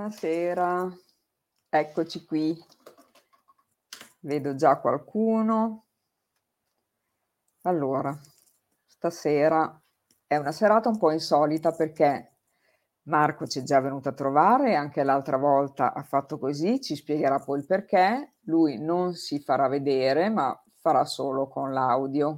Buonasera, eccoci qui. Vedo già qualcuno. Allora, stasera è una serata un po' insolita perché Marco ci è già venuto a trovare e anche l'altra volta ha fatto così, ci spiegherà poi il perché. Lui non si farà vedere, ma farà solo con l'audio.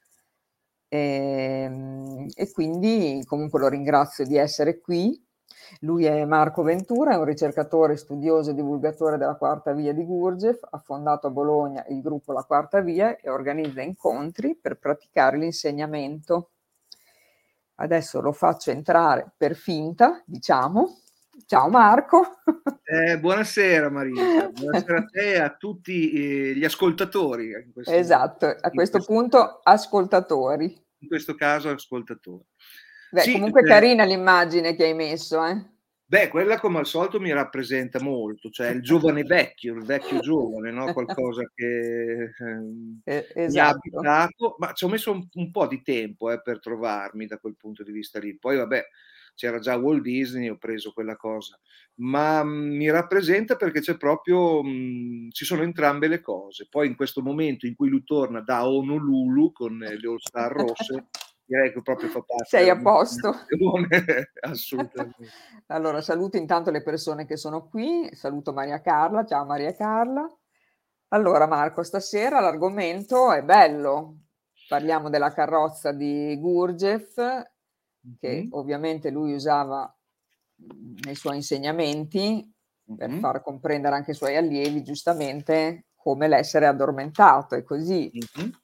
E quindi comunque lo ringrazio di essere qui. Lui è Marco Ventura, è un ricercatore, studioso e divulgatore della Quarta Via di Gurdjieff, ha fondato a Bologna il gruppo La Quarta Via e organizza incontri per praticare l'insegnamento. Adesso lo faccio entrare per finta, diciamo. Ciao Marco. Buonasera Marisa, buonasera a te e a tutti gli ascoltatori, Esatto, a questo punto ascoltatori. in questo caso ascoltatori. Beh, Sì, comunque carina l'immagine che hai messo, eh? quella come al solito mi rappresenta molto, cioè il giovane vecchio, il vecchio giovane, no? Qualcosa che mi ha Esatto. abitato, ma ci ho messo un po' di tempo per trovarmi da quel punto di vista lì. Poi vabbè, c'era già Walt Disney, ho preso quella cosa, ma mi rappresenta perché c'è proprio, ci sono entrambe le cose. Poi in questo momento in cui lui torna da Honolulu con le All Star rosse, direi che proprio fa parte Sei della a mia posto. generazione, assolutamente. Allora, saluto intanto le persone che sono qui, saluto Maria Carla, ciao Maria Carla. Allora Marco, stasera l'argomento è bello, parliamo della carrozza di Gurdjieff, che Mhm, ovviamente lui usava nei suoi insegnamenti per mhm, far comprendere anche ai suoi allievi, giustamente, come l'essere addormentato, è così. mhm.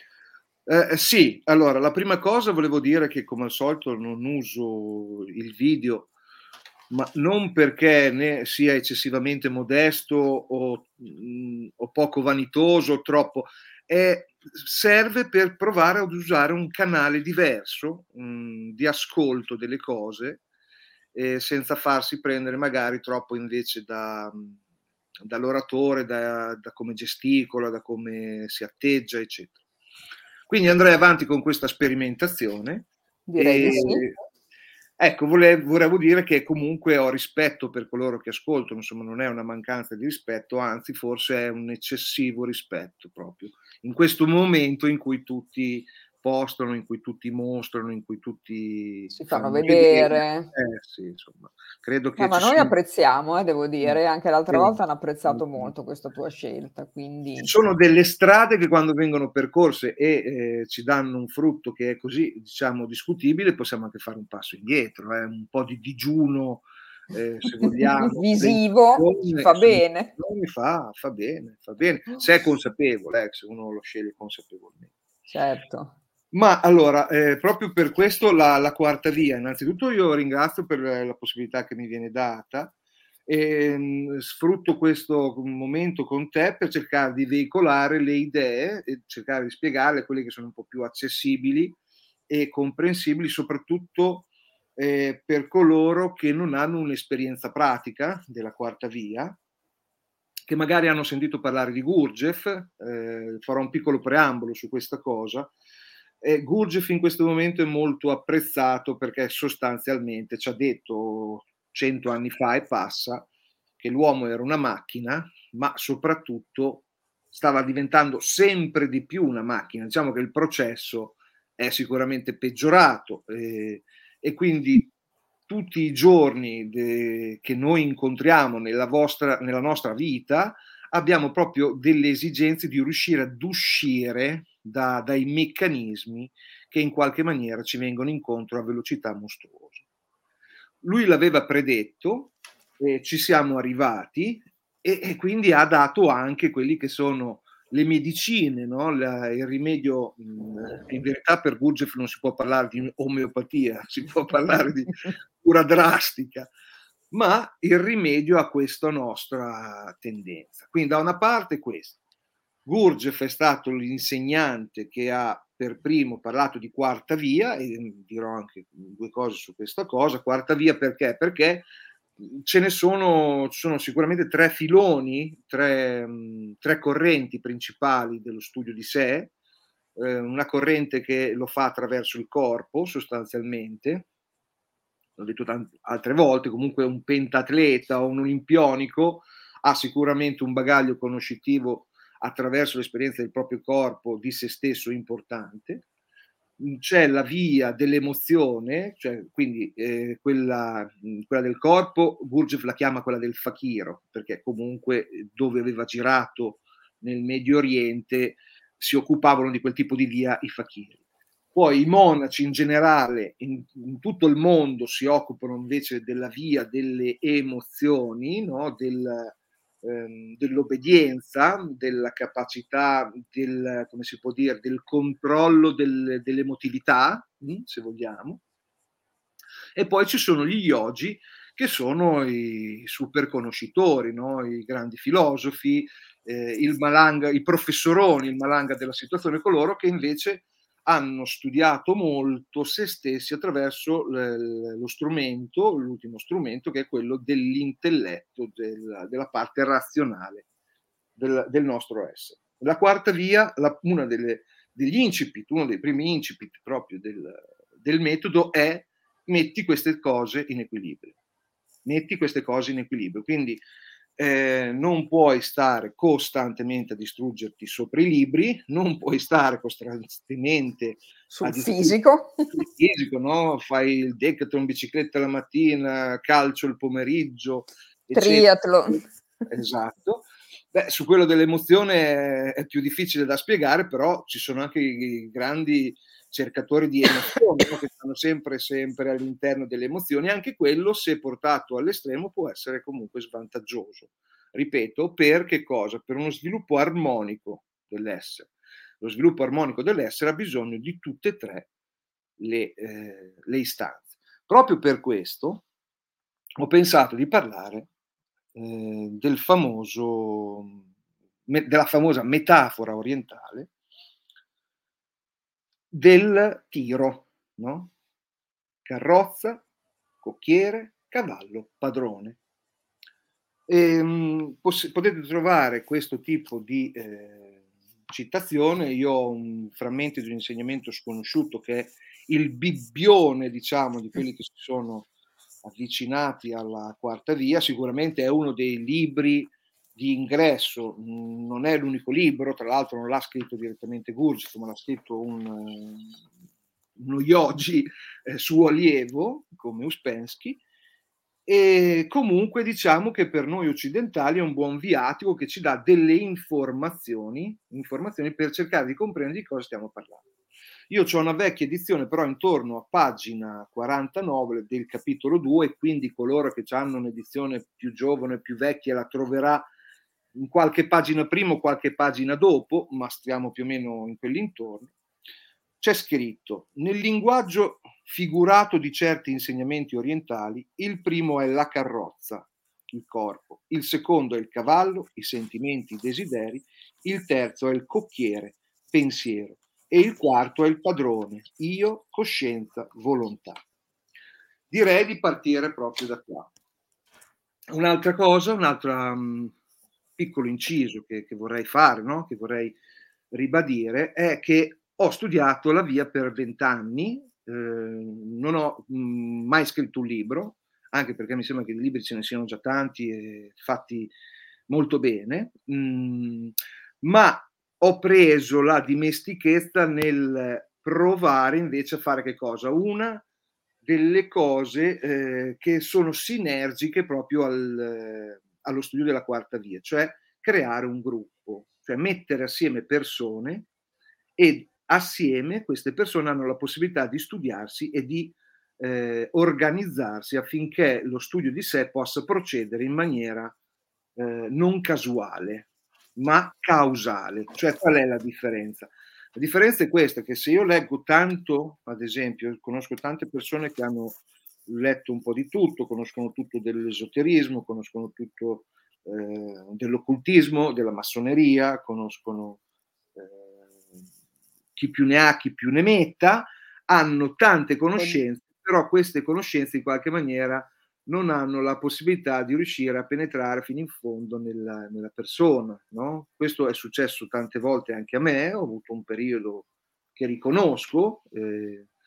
Sì, allora la prima cosa volevo dire che come al solito non uso il video, ma non perché ne sia eccessivamente modesto o poco vanitoso o troppo, serve per provare ad usare un canale diverso di ascolto delle cose, senza farsi prendere magari troppo invece dall'oratore, da come gesticola, da come si atteggia, eccetera. Quindi andrei avanti con questa sperimentazione Direi di sì. e ecco, volevo dire che comunque ho rispetto per coloro che ascoltano, insomma non è una mancanza di rispetto, anzi forse è un eccessivo rispetto proprio in questo momento in cui tutti postano, in cui tutti mostrano, in cui tutti Si fanno fanno vedere. vedere. Sì, insomma, credo No, che ma ci noi sia. apprezziamo, devo dire, anche l'altra Sì, volta hanno apprezzato sì. molto questa tua scelta, Ci quindi sono delle strade che quando vengono percorse ci danno un frutto che è così, diciamo, discutibile, possiamo anche fare un passo indietro, un po' di digiuno, se vogliamo, visivo ci prevenzione, fa bene. fa bene, fa bene, se è consapevole, se uno lo sceglie consapevolmente. Certo. Ma allora, proprio per questo la quarta via. Innanzitutto io ringrazio per la possibilità che mi viene data e sfrutto questo momento con te per cercare di veicolare le idee e cercare di spiegarle quelle che sono un po' più accessibili e comprensibili, soprattutto per coloro che non hanno un'esperienza pratica della quarta via, che magari hanno sentito parlare di Gurdjieff, farò un piccolo preambolo su questa cosa. Gurdjieff in questo momento è molto apprezzato perché sostanzialmente ci ha detto 100 anni fa e passa che l'uomo era una macchina, ma soprattutto stava diventando sempre di più una macchina. Diciamo che il processo è sicuramente peggiorato e quindi tutti i giorni che noi incontriamo nella nostra vita abbiamo proprio delle esigenze di riuscire ad uscire dai meccanismi che in qualche maniera ci vengono incontro a velocità mostruose. Lui l'aveva predetto, ci siamo arrivati e quindi ha dato anche quelli che sono le medicine, no? Il rimedio, in verità per Gurdjieff non si può parlare di omeopatia, si può parlare di cura drastica, ma il rimedio a questa nostra tendenza. Quindi da una parte questo. Gurdjieff è stato l'insegnante che ha per primo parlato di quarta via e dirò anche due cose su questa cosa. Quarta via perché? Perché ci sono sicuramente tre filoni, tre correnti principali dello studio di sé, una corrente che lo fa attraverso il corpo sostanzialmente, l'ho detto altre volte, comunque un pentatleta o un olimpionico ha sicuramente un bagaglio conoscitivo attraverso l'esperienza del proprio corpo, di se stesso, importante. C'è la via dell'emozione, cioè quindi quella del corpo, Gurdjieff la chiama quella del fakiro, perché comunque dove aveva girato nel Medio Oriente si occupavano di quel tipo di via i fakiri. Poi i monaci in generale in tutto il mondo si occupano invece della via delle emozioni, no? Dell'obbedienza, della capacità come si può dire, del controllo dell'emotività, se vogliamo. E poi ci sono gli yogi, che sono i super conoscitori, no? I grandi filosofi, i professoroni, il Malanga della situazione, coloro che invece hanno studiato molto se stessi attraverso lo strumento, l'ultimo strumento, che è quello dell'intelletto, della parte razionale del nostro essere. La quarta via, uno dei primi incipit proprio del metodo è: metti queste cose in equilibrio. Metti queste cose in equilibrio. Quindi non puoi stare costantemente a distruggerti sopra i libri, non puoi stare costantemente sul fisico. Sul fisico, no? Fai il decathlon, bicicletta la mattina, calcio il pomeriggio, eccetera. Triathlon. Esatto. Beh, su quello dell'emozione è più difficile da spiegare, però ci sono anche i grandi cercatori di emozioni, no? Che stanno sempre all'interno delle emozioni. Anche quello, se portato all'estremo, può essere comunque svantaggioso. Ripeto, per che cosa? Per uno sviluppo armonico dell'essere. Lo sviluppo armonico dell'essere ha bisogno di tutte e tre le istanze. Proprio per questo ho pensato di parlare della famosa metafora orientale del tiro, no? Carrozza, cocchiere, cavallo, padrone. Potete trovare questo tipo di citazione. Io ho un frammento di un insegnamento sconosciuto che è il bibbione, diciamo, di quelli che si sono avvicinati alla quarta via. Sicuramente è uno dei libri di ingresso, non è l'unico libro, tra l'altro non l'ha scritto direttamente Gurdjieff, ma l'ha scritto uno yogi suo allievo come Uspensky. E comunque diciamo che per noi occidentali è un buon viatico che ci dà delle informazioni per cercare di comprendere di cosa stiamo parlando. Io ho una vecchia edizione, però intorno a pagina 49 del capitolo 2, quindi coloro che hanno un'edizione più giovane, più vecchia, la troverà in qualche pagina prima o qualche pagina dopo, ma stiamo più o meno in quell'intorno. C'è scritto: nel linguaggio figurato di certi insegnamenti orientali, il primo è la carrozza, il corpo, il secondo è il cavallo, i sentimenti, i desideri, il terzo è il cocchiere, pensiero, e il quarto è il padrone, io, coscienza, volontà. Direi di partire proprio da qua. Un'altra cosa, un altro piccolo inciso che vorrei fare, no? Che vorrei ribadire, è che ho studiato la via per 20 anni, non ho mai scritto un libro, anche perché mi sembra che di libri ce ne siano già tanti e fatti molto bene, ma ho preso la dimestichezza nel provare invece a fare che cosa? Una delle cose che sono sinergiche proprio allo studio della quarta via, cioè creare un gruppo, cioè mettere assieme persone, e assieme queste persone hanno la possibilità di studiarsi e di organizzarsi affinché lo studio di sé possa procedere in maniera non casuale, ma causale. Cioè, qual è la differenza? La differenza è questa, che se io leggo tanto, ad esempio, conosco tante persone che hanno letto un po' di tutto, conoscono tutto dell'esoterismo, conoscono tutto dell'occultismo, della massoneria, conoscono chi più ne ha, chi più ne metta, hanno tante conoscenze, però queste conoscenze in qualche maniera non hanno la possibilità di riuscire a penetrare fino in fondo nella persona, no? Questo è successo tante volte anche a me, ho avuto un periodo che riconosco,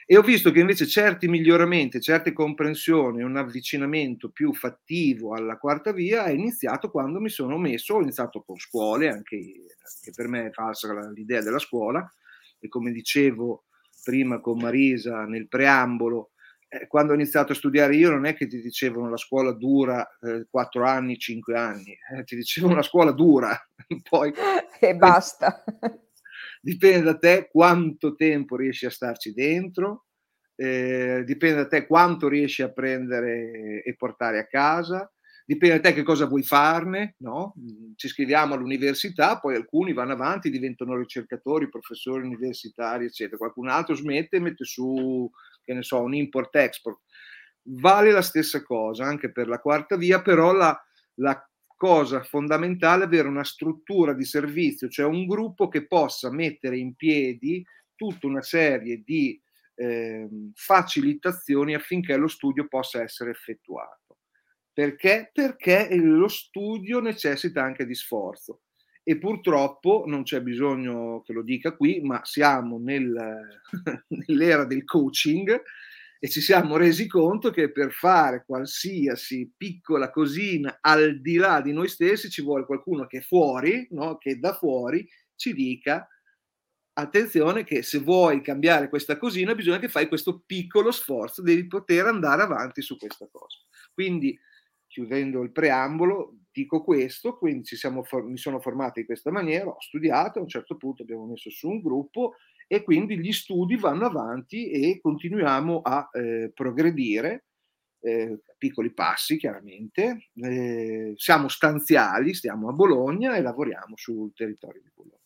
E ho visto che invece certi miglioramenti, certe comprensioni, un avvicinamento più fattivo alla quarta via è iniziato quando mi sono messo, ho iniziato con scuole, anche per me è falsa l'idea della scuola, e come dicevo prima con Marisa nel preambolo, quando ho iniziato a studiare io non è che ti dicevano la scuola dura 4 anni, 5 anni, ti dicevano la scuola dura, poi E basta. dipende da te quanto tempo riesci a starci dentro, dipende da te quanto riesci a prendere e portare a casa, dipende da te che cosa vuoi farne, no? Ci iscriviamo all'università, poi alcuni vanno avanti, diventano ricercatori, professori universitari, eccetera. Qualcun altro smette e mette su, che ne so, un import-export. Vale la stessa cosa anche per la quarta via, però la cosa fondamentale è avere una struttura di servizio, cioè un gruppo che possa mettere in piedi tutta una serie di facilitazioni affinché lo studio possa essere effettuato. Perché? Perché lo studio necessita anche di sforzo e purtroppo non c'è bisogno che lo dica qui, ma siamo nell'era del coaching e ci siamo resi conto che per fare qualsiasi piccola cosina al di là di noi stessi ci vuole qualcuno che è fuori, no? Che da fuori ci dica attenzione che se vuoi cambiare questa cosina bisogna che fai questo piccolo sforzo, devi poter andare avanti su questa cosa. Quindi, chiudendo il preambolo, dico questo, quindi mi sono formato in questa maniera, ho studiato, a un certo punto abbiamo messo su un gruppo e quindi gli studi vanno avanti e continuiamo a progredire, piccoli passi chiaramente, siamo stanziali, stiamo a Bologna e lavoriamo sul territorio di Bologna.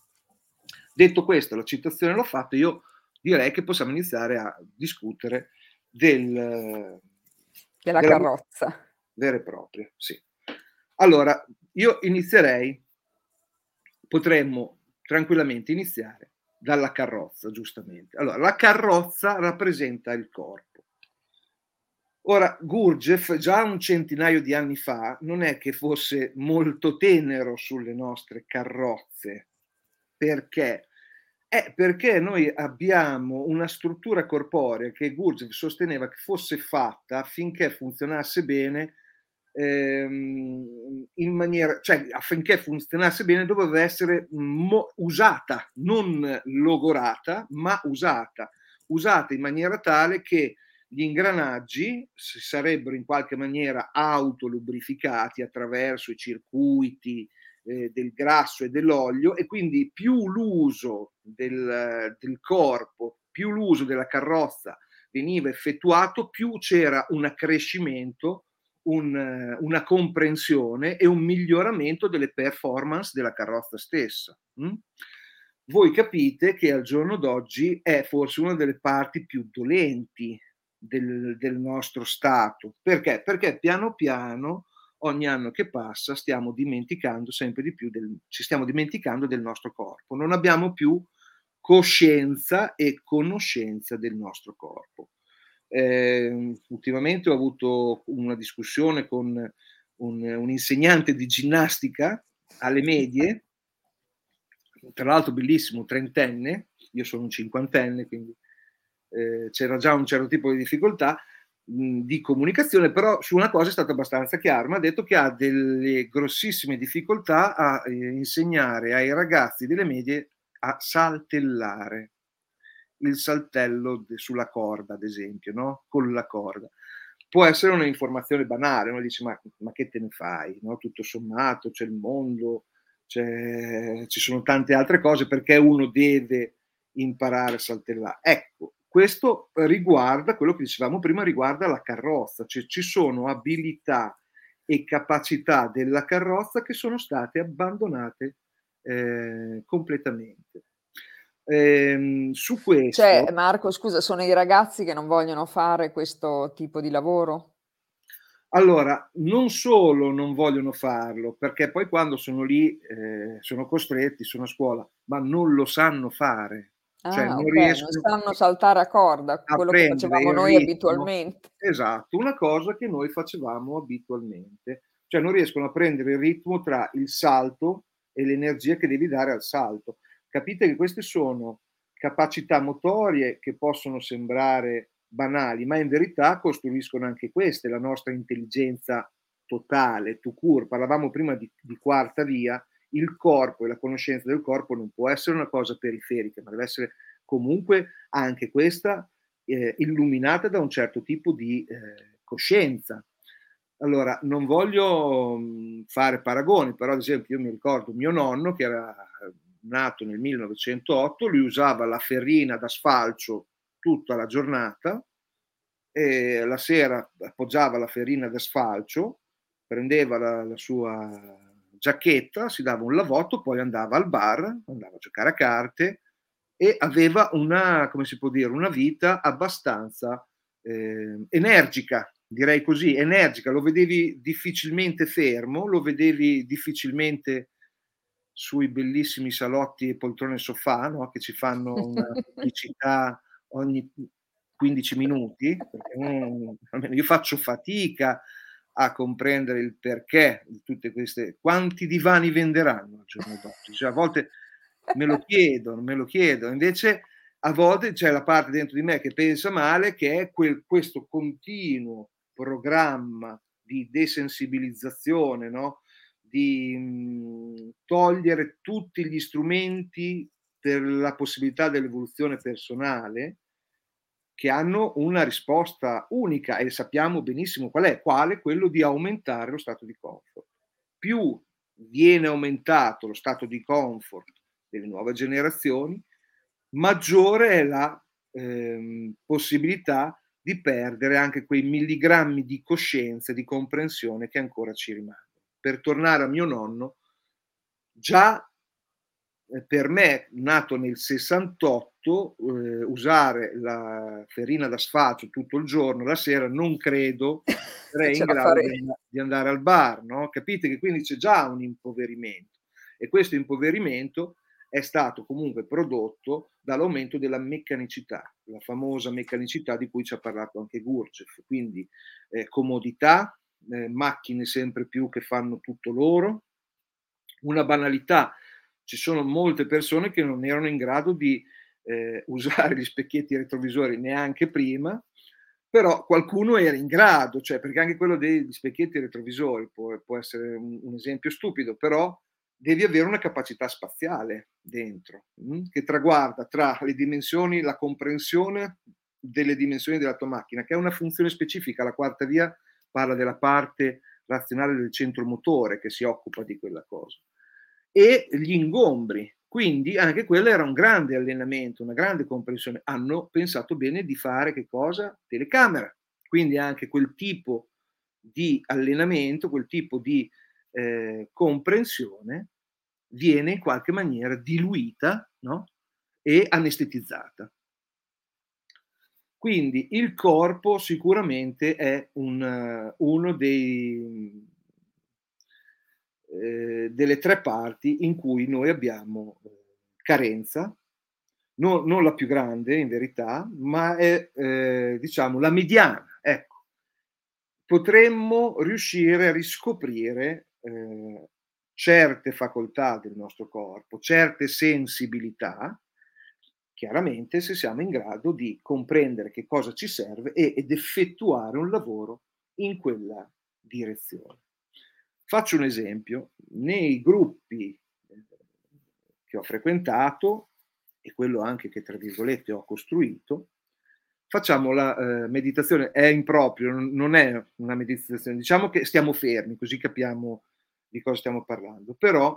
Detto questo, la citazione l'ho fatta, io direi che possiamo iniziare a discutere Della della carrozza. vera e propria, sì. Allora, io potremmo tranquillamente iniziare dalla carrozza, giustamente. Allora, la carrozza rappresenta il corpo. Ora, Gurdjieff, già un centinaio di anni fa, non è che fosse molto tenero sulle nostre carrozze. Perché? Perché noi abbiamo una struttura corporea che Gurdjieff sosteneva che fosse fatta affinché funzionasse bene in maniera, cioè affinché funzionasse bene doveva essere usata, non logorata, ma usata in maniera tale che gli ingranaggi si sarebbero in qualche maniera autolubrificati attraverso i circuiti del grasso e dell'olio, e quindi più l'uso del corpo, più l'uso della carrozza veniva effettuato, più c'era un accrescimento, una comprensione e un miglioramento delle performance della carrozza stessa. Voi capite che al giorno d'oggi è forse una delle parti più dolenti del nostro Stato. Perché? Perché piano piano, ogni anno che passa, stiamo dimenticando sempre di più ci stiamo dimenticando del nostro corpo. Non abbiamo più coscienza e conoscenza del nostro corpo. Ultimamente ho avuto una discussione con un insegnante di ginnastica alle medie, tra l'altro bellissimo, trentenne, io sono un cinquantenne, quindi c'era già un certo tipo di difficoltà di comunicazione, però su una cosa è stato abbastanza chiaro, mi ha detto che ha delle grossissime difficoltà a insegnare ai ragazzi delle medie a saltellare. Il saltello sulla corda, ad esempio, no? Con la corda. Può essere un'informazione banale, uno dice ma che te ne fai? No? Tutto sommato, c'è il mondo, ci sono tante altre cose, perché uno deve imparare a saltellare. Ecco, questo riguarda, quello che dicevamo prima, riguarda la carrozza, cioè ci sono abilità e capacità della carrozza che sono state abbandonate completamente. Su questo, Cioè, Marco, scusa, sono i ragazzi che non vogliono fare questo tipo di lavoro? allora, non solo non vogliono farlo, perché poi quando sono lì sono costretti, sono a scuola, ma non lo sanno fare, cioè Ah, non ok, non riescono sanno saltare a corda, a quello che prendere facevamo il noi ritmo. abitualmente. Esatto, una cosa che noi facevamo abitualmente, cioè non riescono a prendere il ritmo tra il salto e l'energia che devi dare al salto. Capite che queste sono capacità motorie che possono sembrare banali, ma in verità costruiscono anche queste la nostra intelligenza totale, tout court. Parlavamo prima di quarta via, il corpo e la conoscenza del corpo non può essere una cosa periferica, ma deve essere comunque anche questa illuminata da un certo tipo di coscienza. Allora, non voglio fare paragoni, però ad esempio io mi ricordo mio nonno che era nato nel 1908, lui usava la ferrina da sfalcio tutta la giornata e la sera appoggiava la ferrina da sfalcio, prendeva la sua giacchetta, si dava un lavotto, poi andava al bar, andava a giocare a carte e aveva una, come si può dire, una vita abbastanza energica, direi così, energica. Lo vedevi difficilmente fermo, lo vedevi difficilmente sui bellissimi salotti e poltrone sofà, no? Che ci fanno una pubblicità ogni 15 minuti, perché almeno io faccio fatica a comprendere il perché di tutte queste. Quanti divani venderanno al giorno d'oggi? Cioè, a volte me lo chiedo, invece a volte c'è la parte dentro di me che pensa male, che è questo continuo programma di desensibilizzazione, no? Di togliere tutti gli strumenti per la possibilità dell'evoluzione personale che hanno una risposta unica e sappiamo benissimo qual è, quale? Quello di aumentare lo stato di comfort. Più viene aumentato lo stato di comfort delle nuove generazioni, maggiore è la possibilità di perdere anche quei milligrammi di coscienza e di comprensione che ancora ci rimangono. Per tornare a mio nonno, già per me, nato nel 68, usare la ferrina da sfalcio tutto il giorno, la sera, non credo che sarei ce in la grado farei. di andare al bar, no? Capite che quindi c'è già un impoverimento e questo impoverimento è stato comunque prodotto dall'aumento della meccanicità, la famosa meccanicità di cui ci ha parlato anche Gurdjieff, quindi comodità, macchine sempre più che fanno tutto loro, una banalità. Ci sono molte persone che non erano in grado di usare gli specchietti retrovisori neanche prima, però qualcuno era in grado, cioè, perché anche quello degli specchietti retrovisori può essere un esempio stupido, però devi avere una capacità spaziale dentro, che traguarda tra le dimensioni, la comprensione delle dimensioni della tua macchina, che è una funzione specifica. La quarta via parla della parte razionale del centro motore che si occupa di quella cosa. E gli ingombri, quindi anche quello era un grande allenamento, una grande comprensione. Hanno pensato bene di fare che cosa? Telecamera, quindi anche quel tipo di allenamento, quel tipo di comprensione viene in qualche maniera diluita, no? E anestetizzata. Quindi il corpo sicuramente è uno delle tre parti in cui noi abbiamo carenza, non la più grande in verità, ma è diciamo la mediana. Ecco, potremmo riuscire a riscoprire certe facoltà del nostro corpo, certe sensibilità, chiaramente se siamo in grado di comprendere che cosa ci serve ed effettuare un lavoro in quella direzione. Faccio un esempio, nei gruppi che ho frequentato e quello anche che tra virgolette ho costruito, facciamo la meditazione, è improprio, non è una meditazione, diciamo che stiamo fermi così capiamo di cosa stiamo parlando, però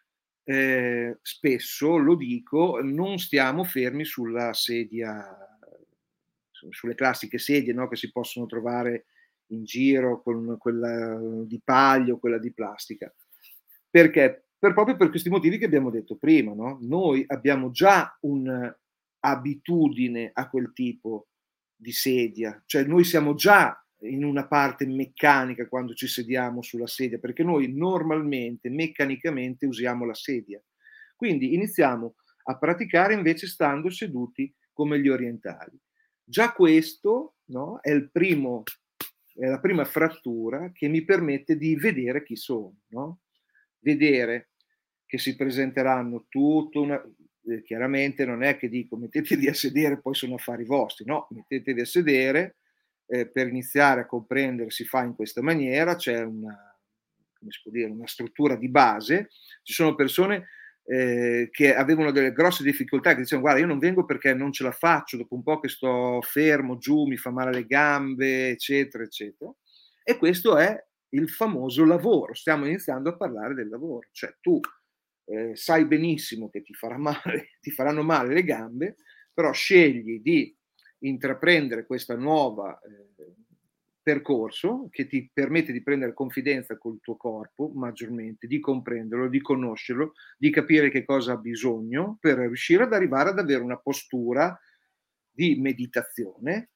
spesso, lo dico, non stiamo fermi sulla sedia, sulle classiche sedie, no, che si possono trovare in giro con quella di paglio, quella di plastica. Perché? Proprio per questi motivi che abbiamo detto prima, no? Noi abbiamo già un'abitudine a quel tipo di sedia, cioè noi siamo già in una parte meccanica quando ci sediamo sulla sedia, perché noi normalmente, meccanicamente usiamo la sedia. Quindi iniziamo a praticare invece stando seduti come gli orientali. Già questo, no, è la prima frattura che mi permette di vedere chi sono, no? Vedere che si presenteranno chiaramente non è che dico mettetevi a sedere poi sono affari vostri, no, mettetevi a sedere, per iniziare a comprendere si fa in questa maniera, c'è una, come si può dire, una struttura di base, ci sono persone che avevano delle grosse difficoltà, che dicevano guarda io non vengo perché non ce la faccio, dopo un po' che sto fermo giù mi fa male le gambe, eccetera, eccetera, e questo è il famoso lavoro, stiamo iniziando a parlare del lavoro, cioè tu sai benissimo che ti faranno male le gambe, però scegli di intraprendere questo nuovo percorso che ti permette di prendere confidenza col tuo corpo maggiormente, di comprenderlo, di conoscerlo, di capire che cosa ha bisogno per riuscire ad arrivare ad avere una postura di meditazione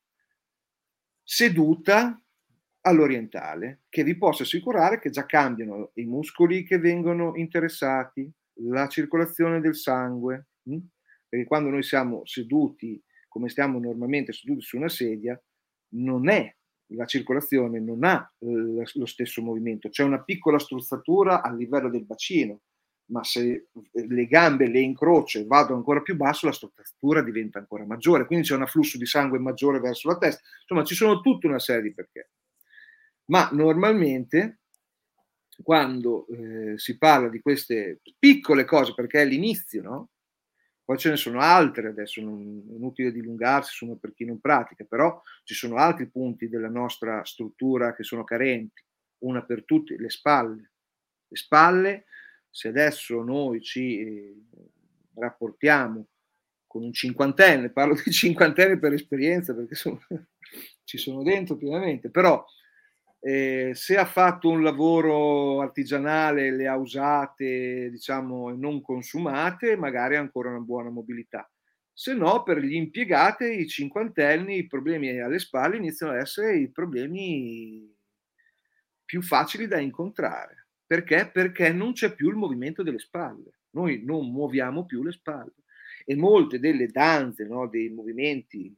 seduta all'orientale, che vi posso assicurare che già cambiano i muscoli che vengono interessati, la circolazione del sangue, perché quando noi siamo seduti, come stiamo normalmente seduti su una sedia, non è la circolazione non ha lo stesso movimento, c'è una piccola struzzatura a livello del bacino, ma se le gambe le incrocio e vado ancora più basso, la struttura diventa ancora maggiore, quindi c'è un afflusso di sangue maggiore verso la testa. Insomma, ci sono tutta una serie di perché. Ma normalmente, quando si parla di queste piccole cose, perché è l'inizio, no? Poi ce ne sono altre, adesso non è inutile dilungarsi, sono per chi non pratica, però ci sono altri punti della nostra struttura che sono carenti. Una per tutti, le spalle. Le spalle, se adesso noi ci rapportiamo con un cinquantenne, parlo di cinquantenne per esperienza perché ci sono dentro pienamente, però se ha fatto un lavoro artigianale, le ha usate, diciamo, non consumate, magari ha ancora una buona mobilità. Se no, per gli impiegati, i cinquantenni, i problemi alle spalle iniziano ad essere i problemi più facili da incontrare. Perché? Perché non c'è più il movimento delle spalle. Noi non muoviamo più le spalle. E molte delle danze, no, dei movimenti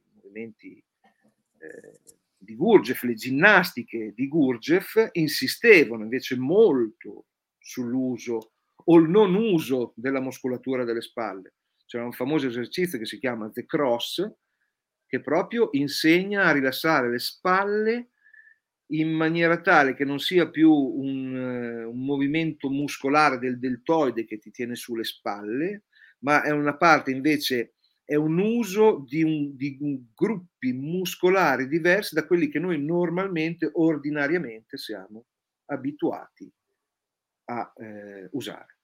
di Gurdjieff, le ginnastiche di Gurdjieff insistevano invece molto sull'uso o il non uso della muscolatura delle spalle. C'era un famoso esercizio che si chiama The Cross, che proprio insegna a rilassare le spalle in maniera tale che non sia più un movimento muscolare del deltoide che ti tiene sulle spalle, ma è una parte invece è un uso di gruppi muscolari diversi da quelli che noi normalmente, ordinariamente siamo abituati a usare.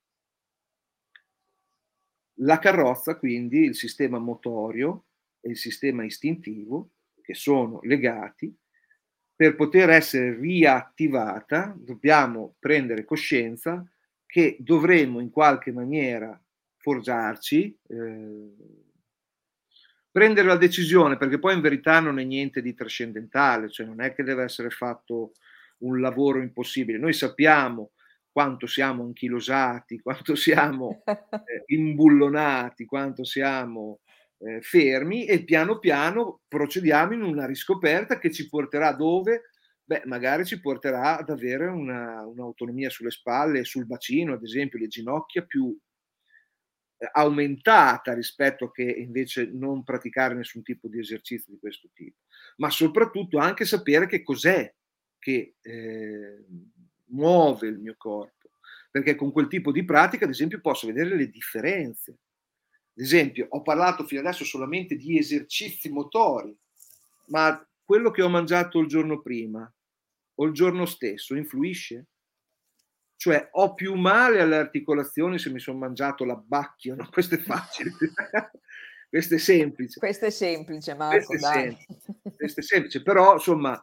La carrozza, quindi, il sistema motorio e il sistema istintivo, che sono legati, per poter essere riattivata dobbiamo prendere coscienza che dovremo in qualche maniera forgiarci, prendere la decisione, perché poi in verità non è niente di trascendentale, cioè non è che deve essere fatto un lavoro impossibile. Noi sappiamo quanto siamo anchilosati, quanto siamo imbullonati, quanto siamo fermi e piano piano procediamo in una riscoperta che ci porterà dove? Beh, magari ci porterà ad avere un'autonomia sulle spalle, sul bacino, ad esempio, le ginocchia più aumentata rispetto che invece non praticare nessun tipo di esercizio di questo tipo, ma soprattutto anche sapere che cos'è che muove il mio corpo, perché con quel tipo di pratica, ad esempio, posso vedere le differenze. Ad esempio, ho parlato fino adesso solamente di esercizi motori, ma quello che ho mangiato il giorno prima o il giorno stesso influisce? Cioè ho più male alle articolazioni se mi sono mangiato l'abbacchio, no? Questo è facile, questo è semplice. Questo è semplice, Marco, dai. Questo è semplice, però insomma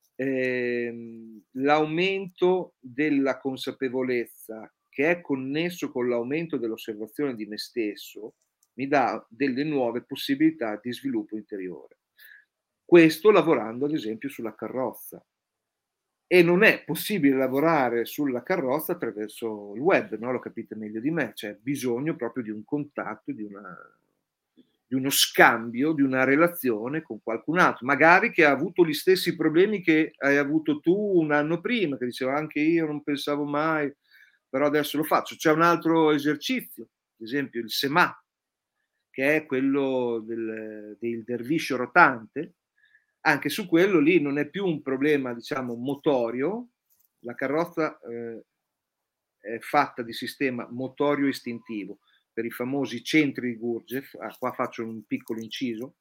l'aumento della consapevolezza che è connesso con l'aumento dell'osservazione di me stesso mi dà delle nuove possibilità di sviluppo interiore. Questo lavorando ad esempio sulla carrozza. E non è possibile lavorare sulla carrozza attraverso il web, no? Lo capite meglio di me, c'è bisogno proprio di un contatto, di uno scambio, di una relazione con qualcun altro, magari che ha avuto gli stessi problemi che hai avuto tu un anno prima, che diceva anche io non pensavo mai, però adesso lo faccio. C'è un altro esercizio, ad esempio il Semà. che è quello del derviscio rotante. Anche su quello lì non è più un problema, diciamo, motorio. La carrozza è fatta di sistema motorio istintivo per i famosi centri di Gurdjieff. Qua faccio un piccolo inciso.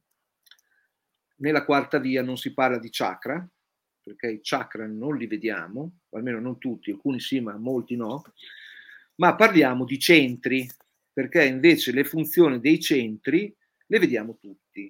Nella quarta via non si parla di chakra, perché i chakra non li vediamo, o almeno non tutti, alcuni sì, ma molti no, ma parliamo di centri, perché invece le funzioni dei centri le vediamo tutti.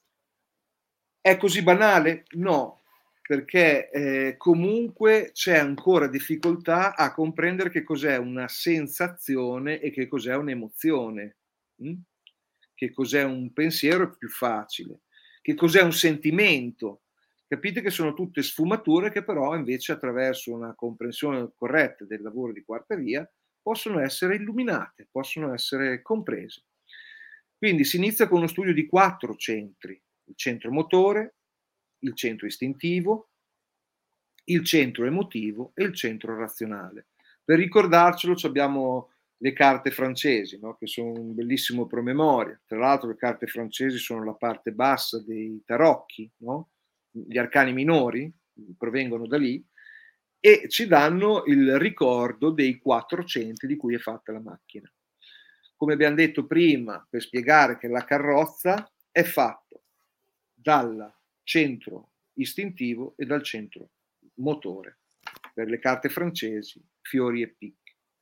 È così banale? No, perché comunque c'è ancora difficoltà a comprendere che cos'è una sensazione e che cos'è un'emozione. Che cos'è un pensiero è più facile. Che cos'è un sentimento? Capite che sono tutte sfumature che però invece attraverso una comprensione corretta del lavoro di quarta via possono essere illuminate, possono essere comprese. Quindi si inizia con uno studio di 4 centri: il centro motore, il centro istintivo, il centro emotivo e il centro razionale. Per ricordarcelo abbiamo le carte francesi, no? Che sono un bellissimo promemoria. Tra l'altro le carte francesi sono la parte bassa dei tarocchi, no? Gli arcani minori provengono da lì e ci danno il ricordo dei 4 centri di cui è fatta la macchina. Come abbiamo detto prima, per spiegare che la carrozza è fatta dal centro istintivo e dal centro motore. Per le carte francesi, fiori e picche.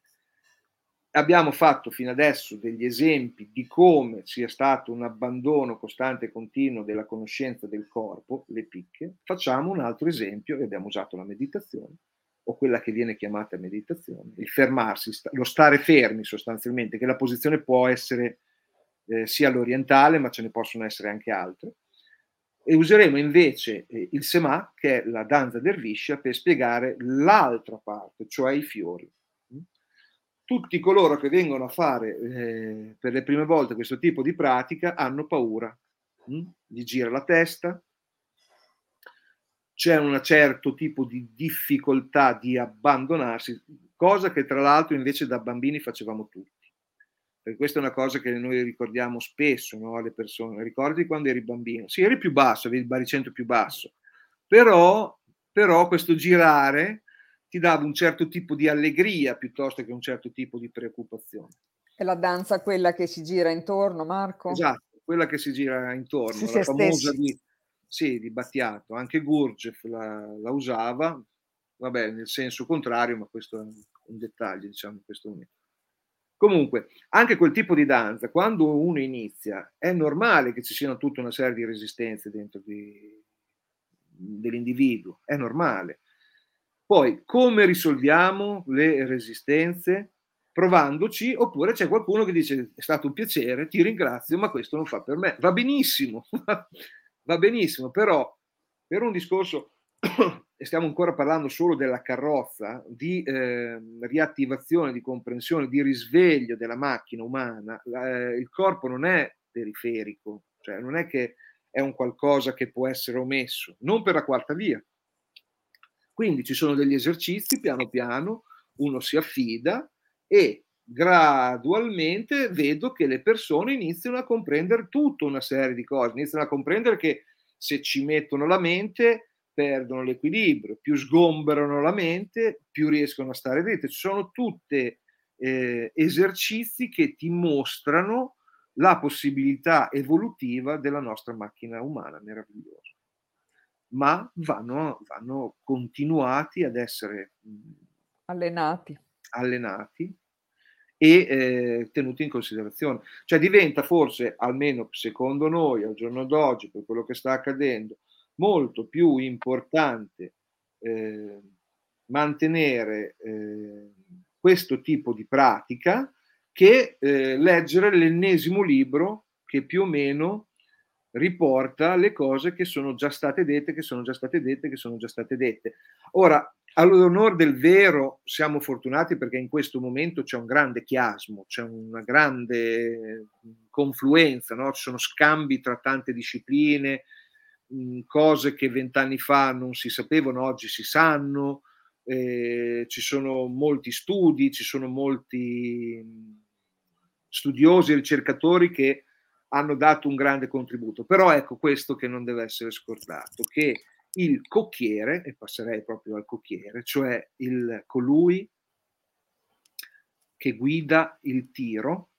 Abbiamo fatto fino adesso degli esempi di come sia stato un abbandono costante e continuo della conoscenza del corpo, le picche. Facciamo un altro esempio, e abbiamo usato la meditazione, o quella che viene chiamata meditazione, il fermarsi, lo stare fermi sostanzialmente, che la posizione può essere sia l'orientale, ma ce ne possono essere anche altre. E useremo invece il Semà, che è la danza derviscia, per spiegare l'altra parte, cioè i fiori. Tutti coloro che vengono a fare per le prime volte questo tipo di pratica hanno paura. Gli gira la testa, c'è un certo tipo di difficoltà di abbandonarsi, cosa che tra l'altro invece da bambini facevamo tutti. Perché questa è una cosa che noi ricordiamo spesso, no, alle persone. Ricordi quando eri bambino? Sì, eri più basso, avevi il baricentro più basso, però questo girare ti dava un certo tipo di allegria piuttosto che un certo tipo di preoccupazione. È la danza quella che si gira intorno, Marco? Esatto, quella che si gira intorno, Su la se famosa stessi. di Battiato. Anche Gurdjieff la usava, vabbè, nel senso contrario, ma questo è un dettaglio, diciamo, in questo momento. Comunque, anche quel tipo di danza, quando uno inizia, è normale che ci siano tutta una serie di resistenze dentro dell'individuo, è normale. Poi, come risolviamo le resistenze? Provandoci, oppure c'è qualcuno che dice è stato un piacere, ti ringrazio, ma questo non fa per me. Va benissimo, va benissimo, però per un discorso, e stiamo ancora parlando solo della carrozza, di riattivazione, di comprensione, di risveglio della macchina umana, il corpo non è periferico, cioè non è che è un qualcosa che può essere omesso, non per la quarta via. Quindi ci sono degli esercizi, piano piano uno si affida e gradualmente vedo che le persone iniziano a comprendere tutta una serie di cose, iniziano a comprendere che se ci mettono la mente perdono l'equilibrio, più sgomberano la mente, più riescono a stare dritte. Ci sono tutti esercizi che ti mostrano la possibilità evolutiva della nostra macchina umana meravigliosa, ma vanno continuati ad essere Allenati. E tenuti in considerazione. Cioè diventa forse, almeno secondo noi, al giorno d'oggi, per quello che sta accadendo, molto più importante mantenere questo tipo di pratica che leggere l'ennesimo libro che più o meno riporta le cose che sono già state dette, che sono già state dette, che sono già state dette. Ora, all'onore del vero, siamo fortunati perché in questo momento c'è un grande chiasmo, c'è una grande confluenza, no? Ci sono scambi tra tante discipline, cose che 20 anni fa non si sapevano, oggi si sanno, ci sono molti studi, ci sono molti studiosi e ricercatori che hanno dato un grande contributo. Però ecco questo che non deve essere scordato, che il cocchiere, e passerei proprio al cocchiere, cioè colui che guida il tiro,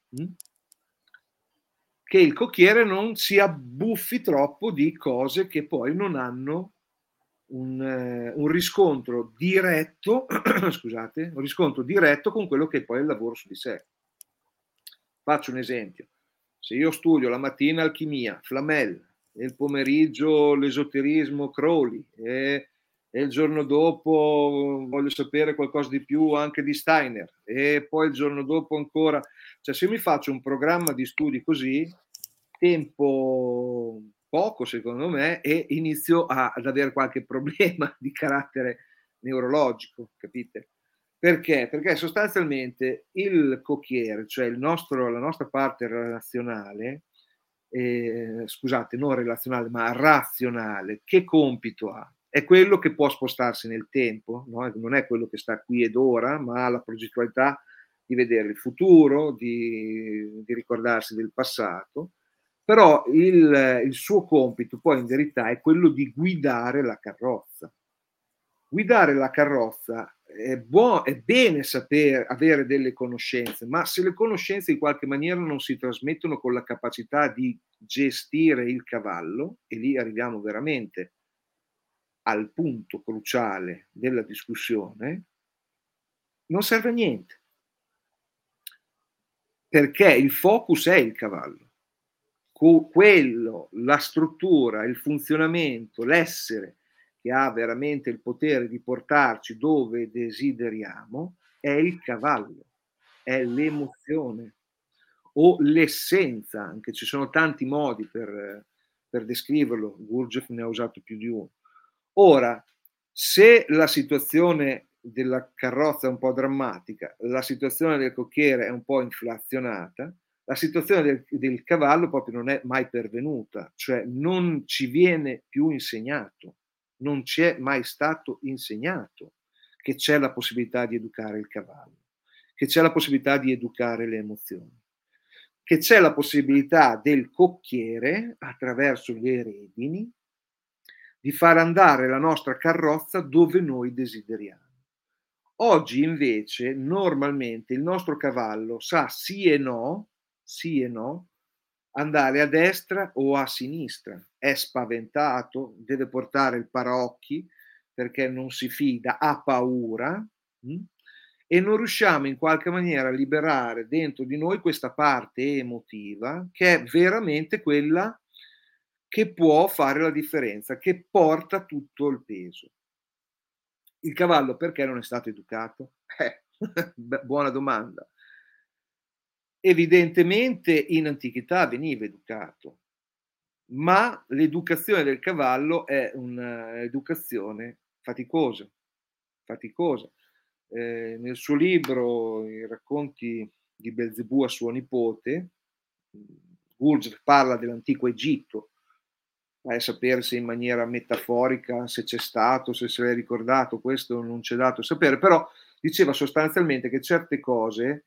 che il cocchiere non si abbuffi troppo di cose che poi non hanno un riscontro diretto, scusate, un riscontro diretto con quello che è poi il lavoro su di sé. Faccio un esempio. Se io studio la mattina alchimia, Flamel, e il pomeriggio l'esoterismo Crowley, e il giorno dopo voglio sapere qualcosa di più anche di Steiner, e poi il giorno dopo ancora, cioè se mi faccio un programma di studi così, tempo poco secondo me, e inizio ad avere qualche problema di carattere neurologico, capite? Perché? Perché sostanzialmente il cocchiere, cioè la nostra parte relazionale, scusate, non relazionale, ma razionale, che compito ha? È quello che può spostarsi nel tempo, no? Non è quello che sta qui ed ora, ma ha la progettualità di vedere il futuro, di ricordarsi del passato, però il suo compito poi in verità è quello di guidare la carrozza. Guidare la carrozza è bene sapere, avere delle conoscenze, ma se le conoscenze in qualche maniera non si trasmettono con la capacità di gestire il cavallo, e lì arriviamo veramente al punto cruciale della discussione, non serve a niente, perché il focus è il cavallo. Quello, la struttura, il funzionamento, l'essere che ha veramente il potere di portarci dove desideriamo è il cavallo, è l'emozione o l'essenza, anche ci sono tanti modi per descriverlo, Gurdjieff ne ha usato più di uno. Ora, se la situazione della carrozza è un po' drammatica, la situazione del cocchiere è un po' inflazionata, la situazione del cavallo proprio non è mai pervenuta, cioè non ci viene più insegnato, non ci è mai stato insegnato che c'è la possibilità di educare il cavallo, che c'è la possibilità di educare le emozioni, che c'è la possibilità del cocchiere, attraverso le redini, di far andare la nostra carrozza dove noi desideriamo. Oggi invece normalmente il nostro cavallo sa sì e no, andare a destra o a sinistra. È spaventato, deve portare il paraocchi perché non si fida, ha paura, e non riusciamo in qualche maniera a liberare dentro di noi questa parte emotiva che è veramente quella che può fare la differenza, che porta tutto il peso. Il cavallo perché non è stato educato? Buona domanda. Evidentemente in antichità veniva educato, ma l'educazione del cavallo è un'educazione faticosa. Nel suo libro I racconti di Belzebù a suo nipote, Gurdjieff parla dell'antico Egitto, vai a sapere se in maniera metaforica, se c'è stato, se se l'è ricordato, questo non c'è dato sapere, però diceva sostanzialmente che certe cose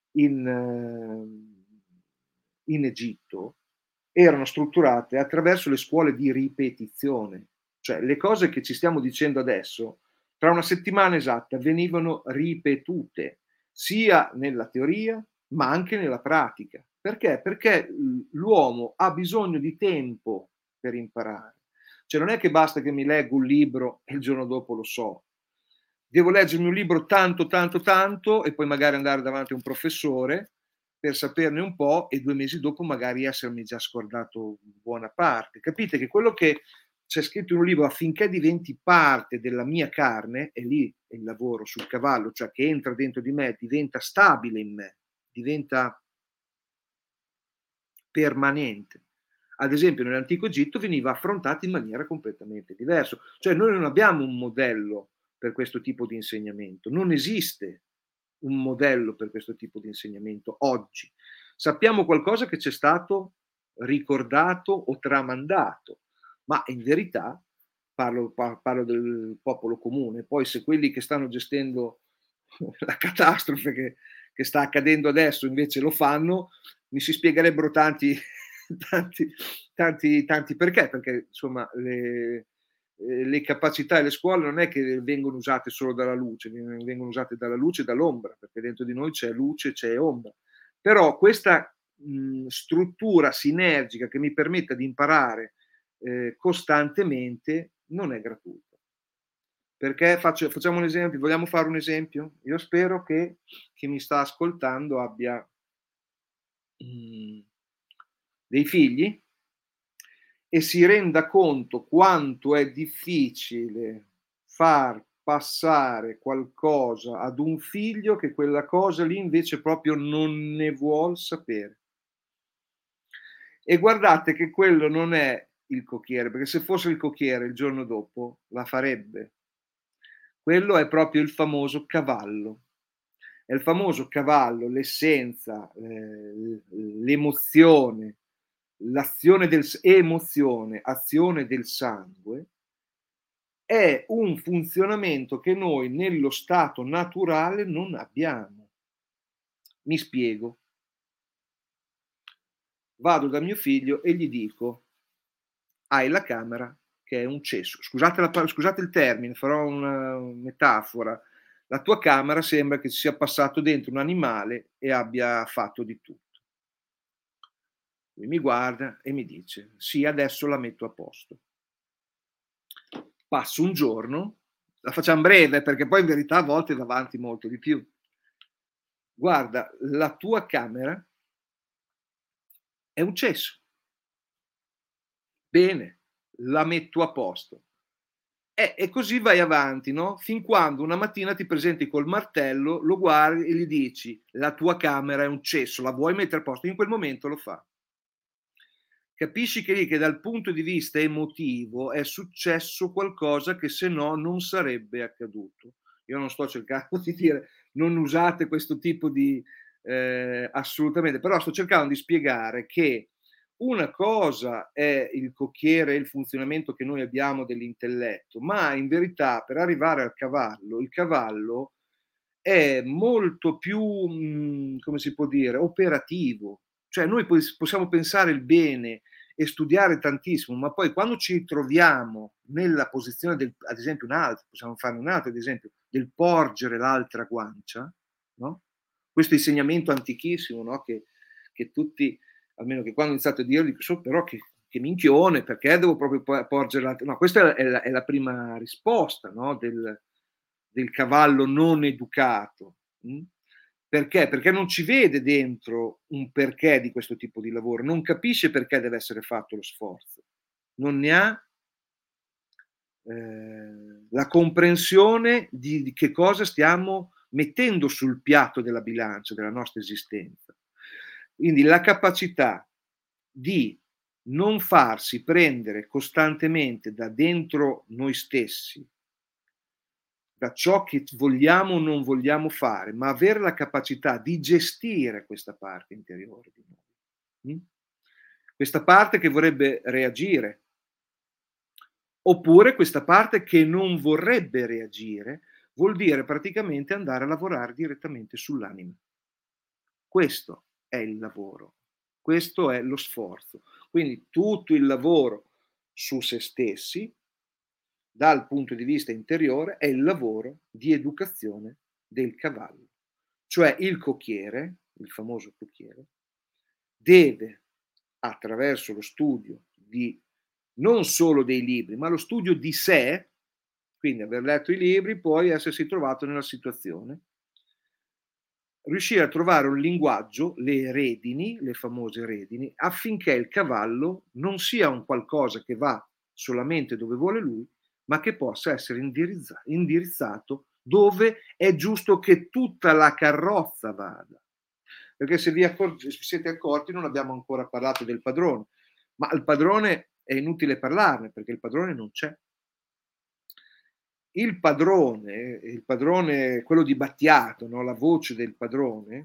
in Egitto erano strutturate attraverso le scuole di ripetizione, cioè le cose che ci stiamo dicendo adesso, tra una settimana esatta venivano ripetute, sia nella teoria ma anche nella pratica. Perché? Perché l'uomo ha bisogno di tempo per imparare. Cioè non è che basta che mi leggo un libro e il giorno dopo lo so. Devo leggermi un libro tanto, tanto, tanto e poi magari andare davanti a un professore per saperne un po' e 2 mesi dopo magari essermi già scordato buona parte. Capite che quello che c'è scritto in un libro affinché diventi parte della mia carne, e lì è il lavoro sul cavallo, cioè che entra dentro di me, diventa stabile in me, diventa permanente. Ad esempio nell'antico Egitto veniva affrontato in maniera completamente diversa. Cioè noi non abbiamo un modello per questo tipo di insegnamento, non esiste un modello per questo tipo di insegnamento oggi. Sappiamo qualcosa che c'è stato ricordato o tramandato, ma in verità parlo del popolo comune, poi se quelli che stanno gestendo la catastrofe che sta accadendo adesso invece lo fanno, mi si spiegherebbero tanti perché, perché insomma le capacità e le scuole non è che vengono usate solo dalla luce, vengono usate dalla luce e dall'ombra, perché dentro di noi c'è luce, c'è ombra. Però questa struttura sinergica che mi permetta di imparare costantemente non è gratuita. Perché facciamo un esempio, vogliamo fare un esempio? Io spero che chi mi sta ascoltando abbia dei figli e si renda conto quanto è difficile far passare qualcosa ad un figlio che quella cosa lì invece proprio non ne vuol sapere. E guardate che quello non è il cocchiere, perché se fosse il cocchiere il giorno dopo la farebbe. Quello è proprio il famoso cavallo. È il famoso cavallo, l'essenza, l'emozione, azione del sangue, è un funzionamento che noi nello stato naturale non abbiamo. Mi spiego. Vado da mio figlio e gli dico: hai la camera che è un cesso. Scusate il termine, farò una metafora. La tua camera sembra che ci sia passato dentro un animale e abbia fatto di tutto. Lui mi guarda e mi dice: sì, adesso la metto a posto. Passo un giorno, la facciamo breve perché poi in verità a volte va avanti molto di più. Guarda, la tua camera è un cesso. Bene, la metto a posto. E così vai avanti, no? Fin quando una mattina ti presenti col martello, lo guardi e gli dici: la tua camera è un cesso, la vuoi mettere a posto? In quel momento lo fa. Capisci che lì che dal punto di vista emotivo è successo qualcosa che se no non sarebbe accaduto. Io non sto cercando di dire non usate questo tipo di assolutamente, però sto cercando di spiegare che una cosa è il cocchiere e il funzionamento che noi abbiamo dell'intelletto, ma in verità per arrivare al cavallo, il cavallo è molto più, come si può dire, operativo. Cioè noi possiamo pensare il bene e studiare tantissimo, ma poi quando ci troviamo nella posizione del, ad esempio possiamo fare un altro ad esempio, del porgere l'altra guancia, no? Questo insegnamento antichissimo, no? Che tutti, almeno che quando ho iniziato a dirli, so però che minchione, perché devo proprio porgere l'altra? No, questa è la prima risposta, no? del cavallo non educato. Perché? Perché non ci vede dentro un perché di questo tipo di lavoro, non capisce perché deve essere fatto lo sforzo, non ne ha la comprensione di che cosa stiamo mettendo sul piatto della bilancia della nostra esistenza. Quindi la capacità di non farsi prendere costantemente da dentro noi stessi, da ciò che vogliamo o non vogliamo fare, ma avere la capacità di gestire questa parte interiore di noi. Questa parte che vorrebbe reagire, oppure questa parte che non vorrebbe reagire, vuol dire praticamente andare a lavorare direttamente sull'anima. Questo è il lavoro, questo è lo sforzo. Quindi tutto il lavoro su se stessi, dal punto di vista interiore, è il lavoro di educazione del cavallo. Cioè il cocchiere, il famoso cocchiere, deve, attraverso lo studio di non solo dei libri, ma lo studio di sé, quindi aver letto i libri, poi essersi trovato nella situazione, riuscire a trovare un linguaggio, le redini, le famose redini, affinché il cavallo non sia un qualcosa che va solamente dove vuole lui, ma che possa essere indirizzato dove è giusto che tutta la carrozza vada. Perché se vi siete accorti non abbiamo ancora parlato del padrone, ma il padrone è inutile parlarne perché il padrone non c'è. Il padrone, quello di Battiato, no? La voce del padrone,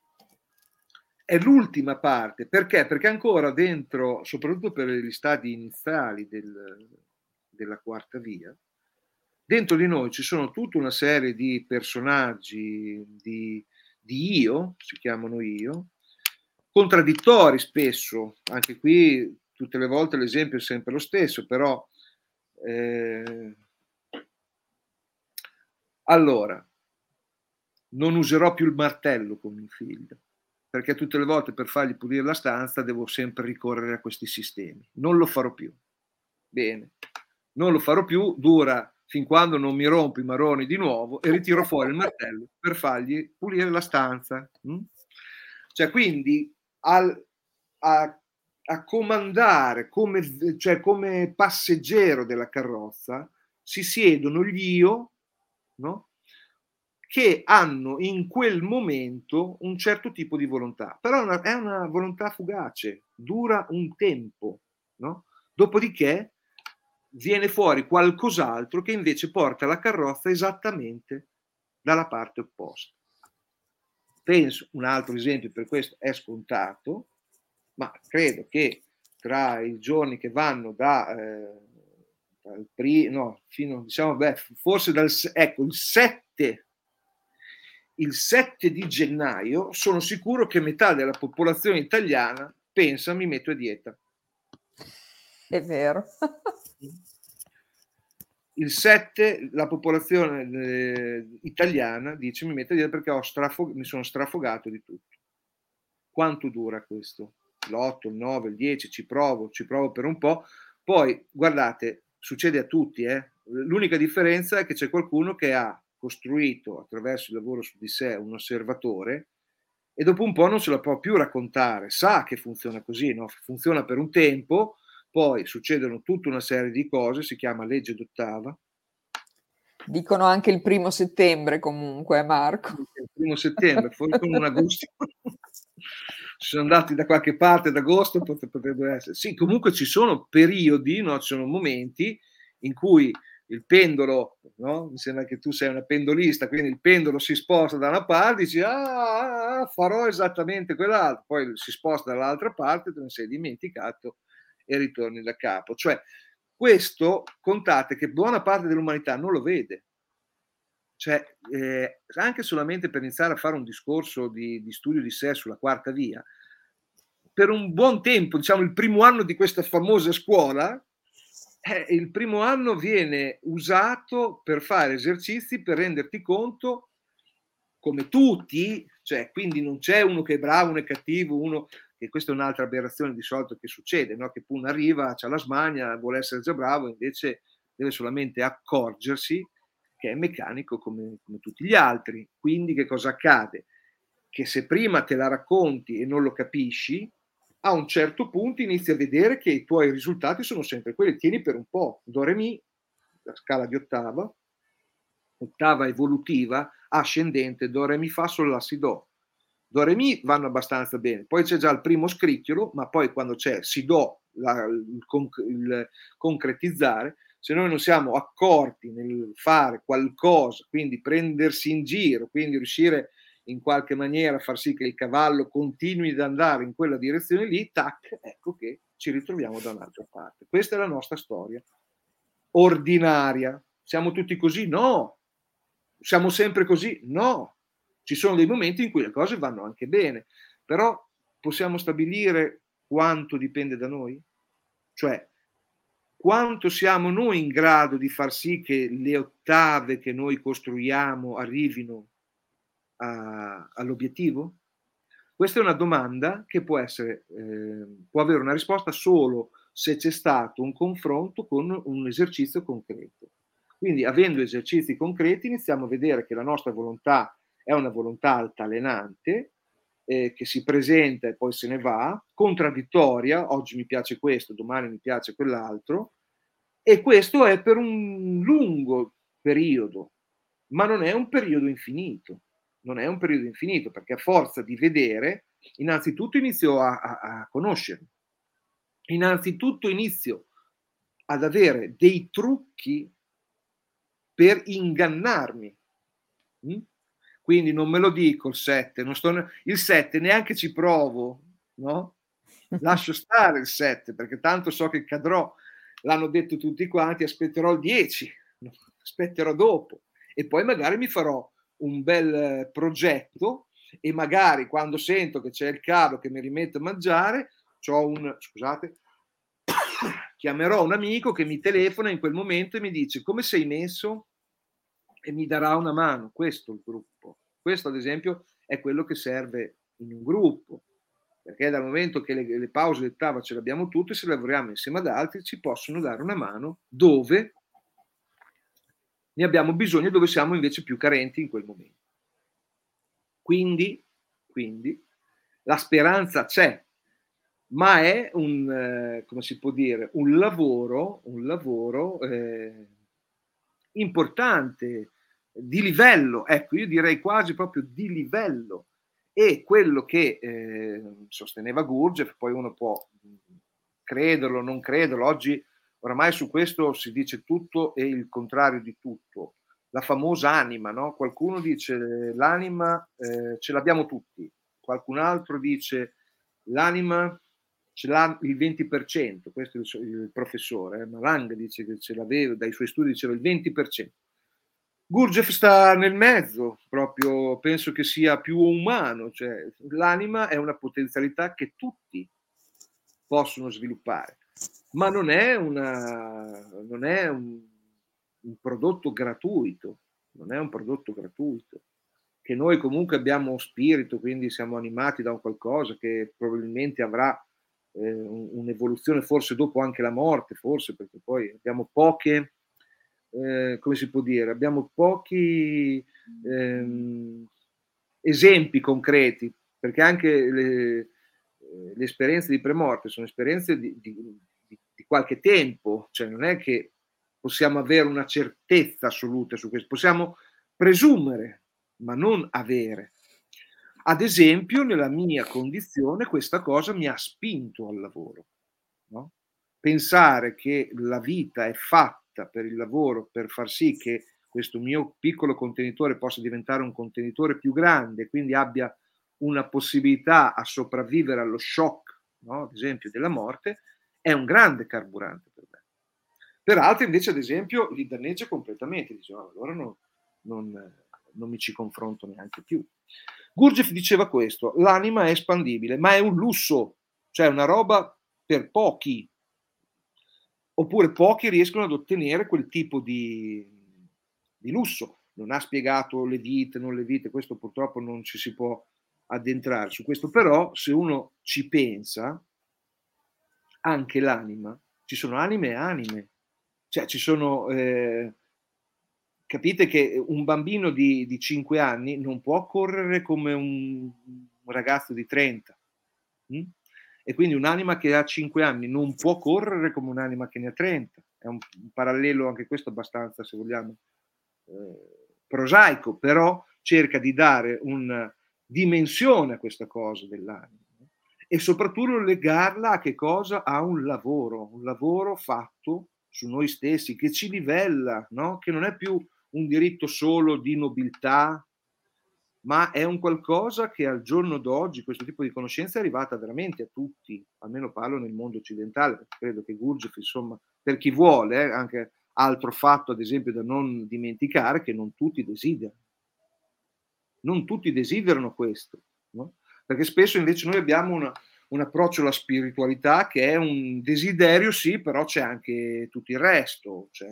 è l'ultima parte. Perché? Perché ancora dentro, soprattutto per gli stadi iniziali della quarta via, dentro di noi ci sono tutta una serie di personaggi, di di io, si chiamano io, contraddittori spesso, anche qui tutte le volte l'esempio è sempre lo stesso, però allora, non userò più il martello con mio figlio, perché tutte le volte per fargli pulire la stanza devo sempre ricorrere a questi sistemi. Non lo farò più. Bene, non lo farò più, dura fin quando non mi rompo i marroni di nuovo e ritiro fuori il martello per fargli pulire la stanza. Cioè, quindi a comandare cioè, come passeggero della carrozza si siedono gli io, no? Che hanno in quel momento un certo tipo di volontà, però è una volontà fugace, dura un tempo, no? Dopodiché viene fuori qualcos'altro che invece porta la carrozza esattamente dalla parte opposta. Penso, un altro esempio per questo è scontato, ma credo che tra i giorni che vanno fino, diciamo, forse ecco, il 7 di gennaio sono sicuro che metà della popolazione italiana pensa mi metto a dieta. È vero. Il 7 la popolazione italiana dice mi metto a dieta perché mi sono strafogato di tutto. Quanto dura questo? L'8, il 9, il 10, ci provo per un po'. Poi, guardate, succede a tutti. L'unica differenza è che c'è qualcuno che ha costruito attraverso il lavoro su di sé un osservatore e dopo un po' non se la può più raccontare, sa che funziona così, no? Funziona per un tempo, poi succedono tutta una serie di cose, si chiama legge d'ottava. Dicono anche il 1° settembre comunque, Marco. Il 1° settembre, forse con un agosto. Ci sono andati da qualche parte ad agosto, potrebbe essere. Sì, comunque ci sono periodi, no? Ci sono momenti in cui il pendolo, no? Mi sembra che tu sei una pendolista, quindi il pendolo si sposta da una parte, dici farò esattamente quell'altro, poi si sposta dall'altra parte, te ne sei dimenticato e ritorni da capo. Cioè, questo contate che buona parte dell'umanità non lo vede. Cioè, anche solamente per iniziare a fare un discorso di studio di sé sulla quarta via, per un buon tempo, diciamo il primo anno di questa famosa scuola, il primo anno viene usato per fare esercizi per renderti conto, come tutti, cioè quindi non c'è uno che è bravo, uno è cattivo, uno che questa è un'altra aberrazione di solito che succede, no? Che uno arriva, c'ha la smania, vuole essere già bravo, invece deve solamente accorgersi che è meccanico come tutti gli altri. Quindi che cosa accade? Che se prima te la racconti e non lo capisci, a un certo punto inizi a vedere che i tuoi risultati sono sempre quelli, tieni per un po', do re mi, la scala di ottava evolutiva, ascendente, do re mi fa sol la si do. Do re mi vanno abbastanza bene, poi c'è già il primo scricchiolo, ma poi quando c'è si do, il concretizzare, se noi non siamo accorti nel fare qualcosa, quindi prendersi in giro, quindi riuscire in qualche maniera a far sì che il cavallo continui ad andare in quella direzione lì, tac, ecco che ci ritroviamo da un'altra parte. Questa è la nostra storia ordinaria. Siamo tutti così? No. Siamo sempre così? No. Ci sono dei momenti in cui le cose vanno anche bene, però possiamo stabilire quanto dipende da noi? Cioè, quanto siamo noi in grado di far sì che le ottave che noi costruiamo arrivino all'obiettivo? Questa è una domanda che può avere una risposta solo se c'è stato un confronto con un esercizio concreto. Quindi, avendo esercizi concreti, iniziamo a vedere che la nostra volontà è una volontà altalenante, che si presenta e poi se ne va, contraddittoria, oggi mi piace questo, domani mi piace quell'altro, e questo è per un lungo periodo, ma non è un periodo infinito. Non è un periodo infinito, perché a forza di vedere, innanzitutto inizio a conoscermi, innanzitutto inizio ad avere dei trucchi per ingannarmi. Quindi non me lo dico il 7, il 7 neanche ci provo, no? Lascio stare il 7, perché tanto so che cadrò, l'hanno detto tutti quanti, aspetterò il 10, aspetterò dopo, e poi magari mi farò un bel progetto e magari quando sento che c'è il cavo che mi rimette a mangiare, scusate, chiamerò un amico che mi telefona in quel momento e mi dice come sei messo e mi darà una mano. Questo è il gruppo. Questo ad esempio è quello che serve in un gruppo, perché dal momento che le pause del tavolo ce le abbiamo tutte, se lavoriamo insieme ad altri ci possono dare una mano dove ne abbiamo bisogno, dove siamo invece più carenti in quel momento. Quindi la speranza c'è, ma è come si può dire, un lavoro importante, di livello, ecco, io direi quasi proprio di livello. E quello che sosteneva Gurdjieff, poi uno può crederlo o non crederlo, oggi oramai su questo si dice tutto e il contrario di tutto. La famosa anima, no? Qualcuno dice l'anima ce l'abbiamo tutti, qualcun altro dice l'anima ce l'ha il 20%, questo è il professore, Malanga dice che ce l'aveva, dai suoi studi diceva il 20%. Gurdjieff sta nel mezzo, proprio penso che sia più umano, cioè l'anima è una potenzialità che tutti possono sviluppare, ma non è un prodotto gratuito, non è un prodotto gratuito, che noi comunque abbiamo spirito, quindi siamo animati da un qualcosa che probabilmente avrà un'evoluzione forse dopo anche la morte, forse perché poi abbiamo poche, come si può dire, abbiamo pochi esempi concreti, perché anche le esperienze di premorte sono esperienze di qualche tempo, cioè non è che possiamo avere una certezza assoluta su questo, possiamo presumere, ma non avere. Ad esempio, nella mia condizione, questa cosa mi ha spinto al lavoro. No? Pensare che la vita è fatta per il lavoro, per far sì che questo mio piccolo contenitore possa diventare un contenitore più grande, quindi abbia una possibilità a sopravvivere allo shock, no? Ad esempio della morte, è un grande carburante per me. Per altri invece, ad esempio, li danneggia completamente, dicevo, allora non mi ci confronto neanche più. Gurdjieff diceva questo, l'anima è espandibile, ma è un lusso, cioè una roba per pochi, oppure pochi riescono ad ottenere quel tipo di lusso. Non ha spiegato le vite, non le vite, questo purtroppo non ci si può addentrare su questo, però se uno ci pensa, anche l'anima, ci sono anime e anime, cioè ci sono, capite che un bambino di 5 anni non può correre come un ragazzo di 30, e quindi un'anima che ha 5 anni non può correre come un'anima che ne ha 30, è un parallelo anche questo abbastanza, se vogliamo, prosaico, però cerca di dare una dimensione a questa cosa dell'anima e soprattutto legarla a che cosa? A un lavoro fatto su noi stessi, che ci livella, no? Che non è più un diritto solo di nobiltà, ma è un qualcosa che al giorno d'oggi, questo tipo di conoscenza è arrivata veramente a tutti, almeno parlo nel mondo occidentale, credo che Gurdjieff, insomma, per chi vuole, anche altro fatto ad esempio da non dimenticare, che non tutti desiderano questo, no? Perché spesso invece noi abbiamo un approccio alla spiritualità che è un desiderio, sì, però c'è anche tutto il resto, c'è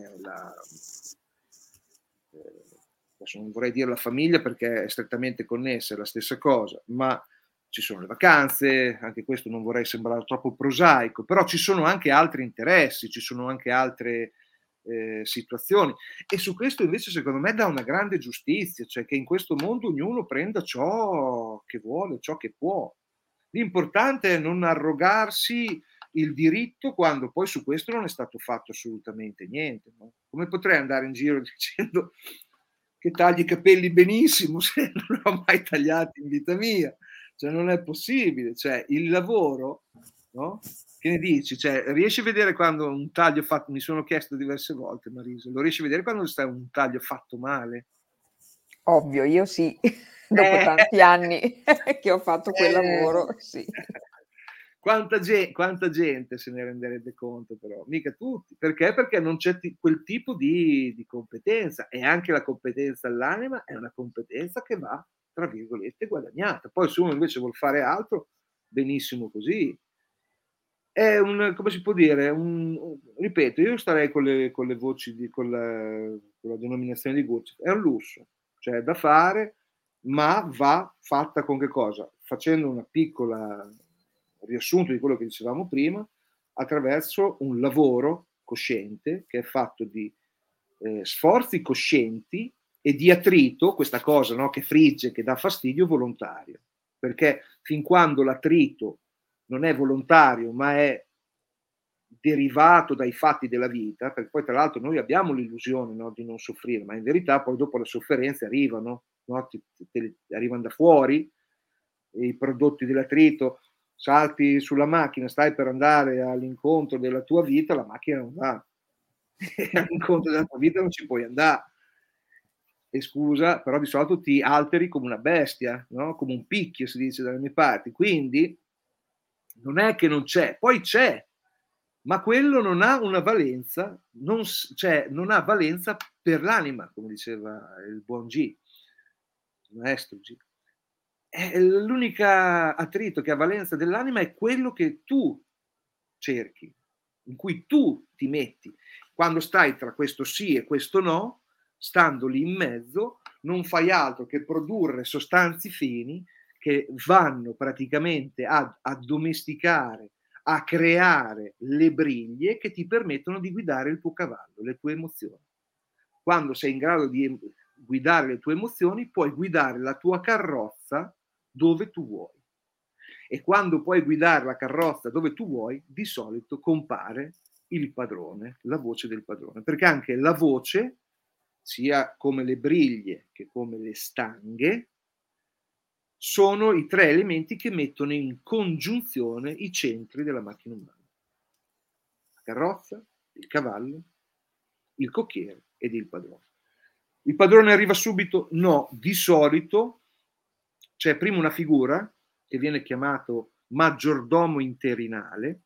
adesso non vorrei dire la famiglia perché è strettamente connessa, è la stessa cosa, ma ci sono le vacanze, anche questo non vorrei sembrare troppo prosaico, però ci sono anche altri interessi, ci sono anche altre situazioni e su questo invece secondo me dà una grande giustizia, cioè che in questo mondo ognuno prenda ciò che vuole, ciò che può. L'importante è non arrogarsi il diritto quando poi su questo non è stato fatto assolutamente niente. No? Come potrei andare in giro dicendo che taglio i capelli benissimo se non ho mai tagliati in vita mia? Cioè non è possibile, cioè il lavoro, no? Che ne dici? Cioè, riesci a vedere quando un taglio fatto, mi sono chiesto diverse volte, Marisa, lo riesci a vedere quando sta un taglio fatto male? Ovvio, io sì, dopo tanti anni che ho fatto quel Eh. lavoro, sì. Quanta gente se ne renderebbe conto però? Mica tutti. Perché? Perché non c'è quel tipo di competenza e anche la competenza all'anima è una competenza che va tra virgolette, guadagnata. Poi se uno invece vuol fare altro, benissimo così. È un, come si può dire, ripeto, io starei con le voci, con la denominazione di Gurdjieff, è un lusso, cioè è da fare, ma va fatta con che cosa? Facendo una piccola riassunto di quello che dicevamo prima, attraverso un lavoro cosciente che è fatto di sforzi coscienti e di attrito, questa cosa, no, che frigge, che dà fastidio, volontario. Perché fin quando l'attrito non è volontario, ma è derivato dai fatti della vita, perché poi tra l'altro noi abbiamo l'illusione, no, di non soffrire, ma in verità poi dopo le sofferenze arrivano, no, arrivano da fuori, i prodotti dell'attrito, salti sulla macchina, stai per andare all'incontro della tua vita, la macchina non va. All'incontro della tua vita non ci puoi andare. E scusa, però di solito ti alteri come una bestia, no? Come un picchio, si dice dalle mie parti. Quindi non è che non c'è, poi c'è, ma quello non ha una valenza, non ha valenza per l'anima, come diceva il buon G, il maestro G. L'unico attrito che ha valenza dell'anima è quello che tu cerchi, in cui tu ti metti. Quando stai tra questo sì e questo no, stando lì in mezzo, non fai altro che produrre sostanze fini che vanno praticamente ad addomesticare, a creare le briglie che ti permettono di guidare il tuo cavallo, le tue emozioni. Quando sei in grado di guidare le tue emozioni, puoi guidare la tua carrozza dove tu vuoi. E quando puoi guidare la carrozza dove tu vuoi, di solito compare il padrone, la voce del padrone, perché anche la voce, sia come le briglie che come le stanghe, sono i tre elementi che mettono in congiunzione i centri della macchina umana: la carrozza, il cavallo, il cocchiere ed il padrone. Il padrone arriva subito? No, di solito c'è prima una figura che viene chiamato maggiordomo interinale,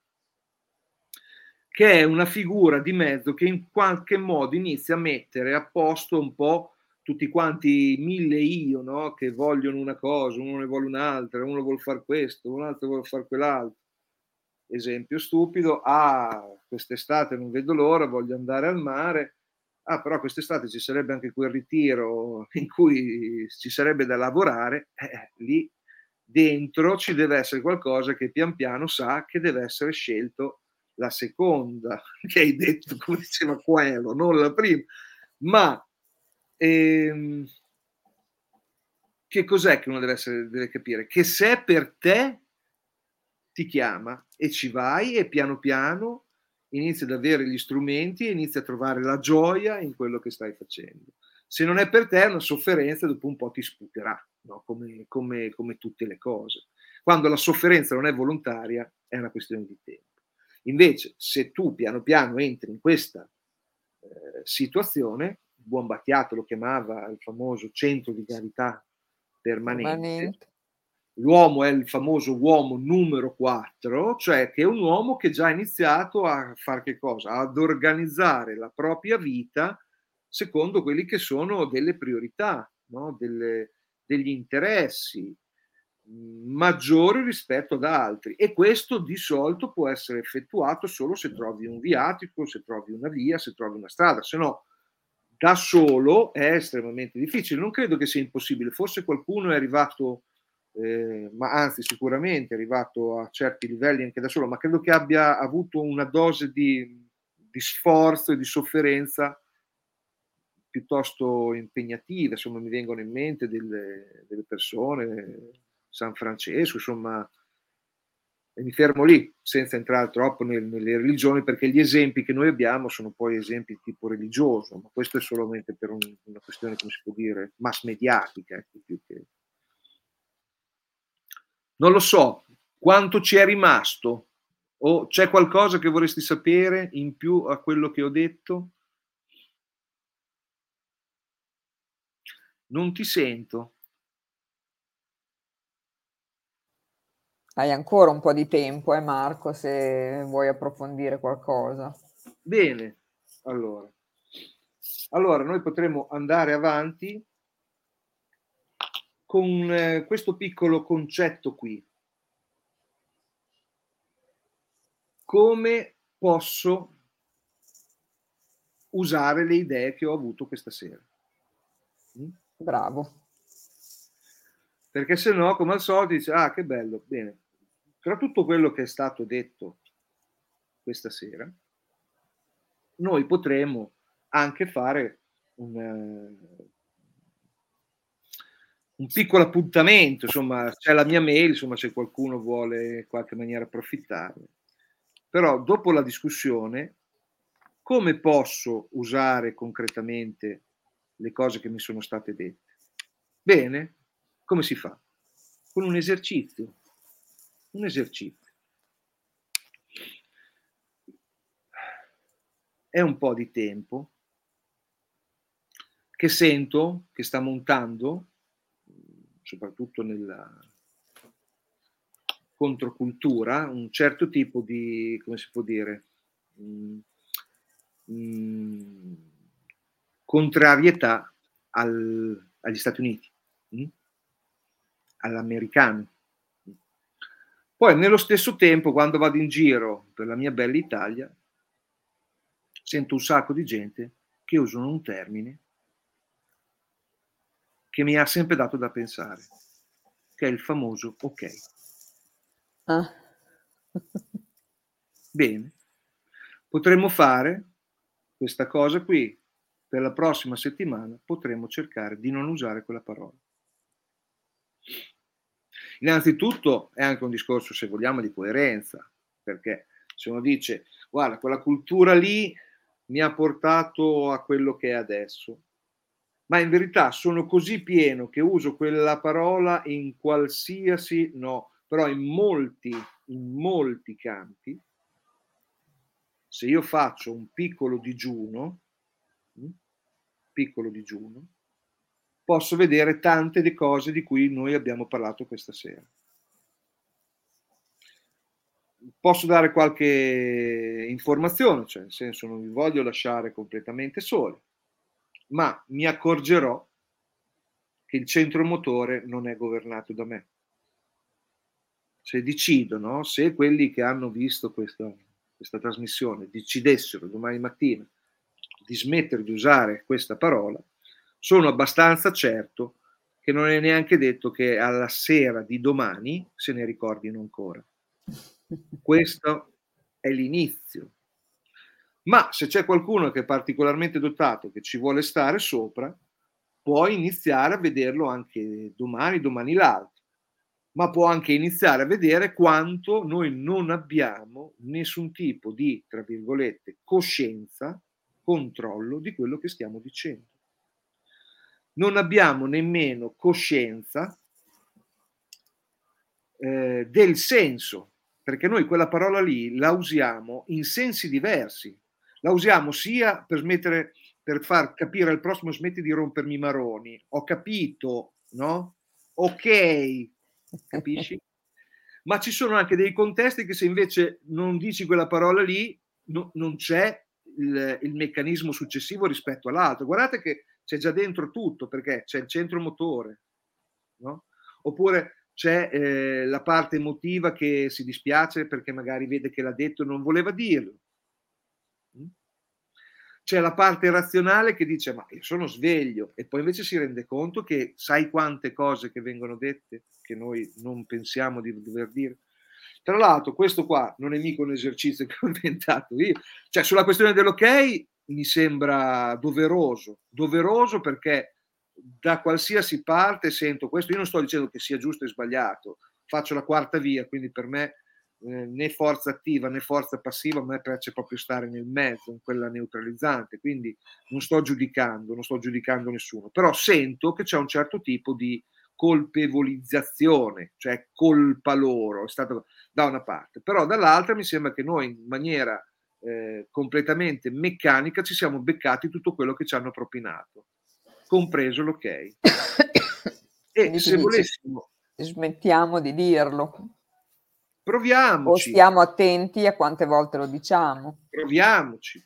che è una figura di mezzo che in qualche modo inizia a mettere a posto un po' tutti quanti mille io, no? Che vogliono una cosa, uno ne vuole un'altra, uno vuole fare questo, un altro vuole fare quell'altro. Esempio stupido: quest'estate non vedo l'ora, voglio andare al mare. Però quest'estate ci sarebbe anche quel ritiro in cui ci sarebbe da lavorare, lì dentro ci deve essere qualcosa che pian piano sa che deve essere scelto la seconda, che hai detto, come diceva quello, non la prima. Ma che cos'è che uno deve capire? Che se è per te, ti chiama e ci vai, e piano piano inizi ad avere gli strumenti e inizi a trovare la gioia in quello che stai facendo. Se non è per te, è una sofferenza, dopo un po' ti sputerà, no? come tutte le cose. Quando la sofferenza non è volontaria, è una questione di tempo. Invece, se tu piano piano entri in questa situazione, Buon Battiato lo chiamava il famoso centro di gravità permanente. L'uomo è il famoso uomo numero 4, cioè che è un uomo che già ha iniziato a fare che cosa? Ad organizzare la propria vita secondo quelli che sono delle priorità, no? Degli interessi maggiori rispetto ad altri, e questo di solito può essere effettuato solo se trovi un viatico, se trovi una via, se trovi una strada, se no da solo è estremamente difficile. Non credo che sia impossibile, forse qualcuno è arrivato, ma anzi sicuramente è arrivato a certi livelli anche da solo, ma credo che abbia avuto una dose di sforzo e di sofferenza piuttosto impegnativa. Insomma, mi vengono in mente delle persone, San Francesco, insomma, e mi fermo lì, senza entrare troppo nelle religioni, perché gli esempi che noi abbiamo sono poi esempi di tipo religioso, ma questo è solamente per una questione, come si può dire, mass mediatica, più che... Non lo so, quanto ci è rimasto? O c'è qualcosa che vorresti sapere in più a quello che ho detto? Non ti sento. Hai ancora un po' di tempo, Marco, se vuoi approfondire qualcosa. Bene, allora noi potremo andare avanti con questo piccolo concetto qui. Come posso usare le idee che ho avuto questa sera? Bravo. Perché se no, come al solito, dice, ah, che bello, bene. Tra tutto quello che è stato detto questa sera, noi potremo anche fare un piccolo appuntamento, insomma, c'è la mia mail, insomma, se qualcuno vuole in qualche maniera approfittare. Però dopo la discussione, come posso usare concretamente le cose che mi sono state dette? Bene, come si fa? Con un esercizio. Un esercizio. È un po' di tempo che sento che sta montando, soprattutto nella controcultura, un certo tipo di, come si può dire, contrarietà agli Stati Uniti, all'americano. Poi nello stesso tempo, quando vado in giro per la mia bella Italia, sento un sacco di gente che usano un termine che mi ha sempre dato da pensare, che è il famoso ok. Ah. Bene, potremmo fare questa cosa qui, per la prossima settimana potremmo cercare di non usare quella parola. Innanzitutto è anche un discorso, se vogliamo, di coerenza, perché se uno dice, guarda, quella cultura lì mi ha portato a quello che è adesso, ma in verità sono così pieno che uso quella parola in qualsiasi, no, però in molti campi, se io faccio un piccolo digiuno, posso vedere tante di cose di cui noi abbiamo parlato questa sera. Posso dare qualche informazione, cioè nel senso non vi voglio lasciare completamente soli, ma mi accorgerò che il centro motore non è governato da me. Se decidono, se quelli che hanno visto questa trasmissione decidessero domani mattina di smettere di usare questa parola, sono abbastanza certo che non è neanche detto che alla sera di domani se ne ricordino ancora. Questo è l'inizio. Ma se c'è qualcuno che è particolarmente dotato, che ci vuole stare sopra, può iniziare a vederlo anche domani l'altro, ma può anche iniziare a vedere quanto noi non abbiamo nessun tipo di, tra virgolette, coscienza, controllo di quello che stiamo dicendo. Non abbiamo nemmeno coscienza del senso, perché noi quella parola lì la usiamo in sensi diversi. La usiamo sia per far capire al prossimo smetti di rompermi i maroni, ho capito, no? Ok, capisci? Ma ci sono anche dei contesti che se invece non dici quella parola lì, non c'è il meccanismo successivo rispetto all'altro. Guardate che c'è già dentro tutto, perché c'è il centro motore, no? Oppure c'è la parte emotiva che si dispiace perché magari vede che l'ha detto e non voleva dirlo. C'è la parte razionale che dice ma io sono sveglio, e poi invece si rende conto che sai quante cose che vengono dette che noi non pensiamo di dover dire. Tra l'altro questo qua non è mica un esercizio che ho inventato io, cioè sulla questione dell'ok mi sembra doveroso perché da qualsiasi parte sento questo. Io non sto dicendo che sia giusto e sbagliato, faccio la quarta via, quindi per me né forza attiva né forza passiva, a me piace proprio stare nel mezzo, in quella neutralizzante, quindi non sto giudicando nessuno, però sento che c'è un certo tipo di colpevolizzazione, cioè colpa loro, è stato da una parte, però dall'altra mi sembra che noi in maniera completamente meccanica ci siamo beccati tutto quello che ci hanno propinato, compreso l'ok. E se volessimo smettiamo di dirlo. Proviamoci. O stiamo attenti a quante volte lo diciamo. Proviamoci.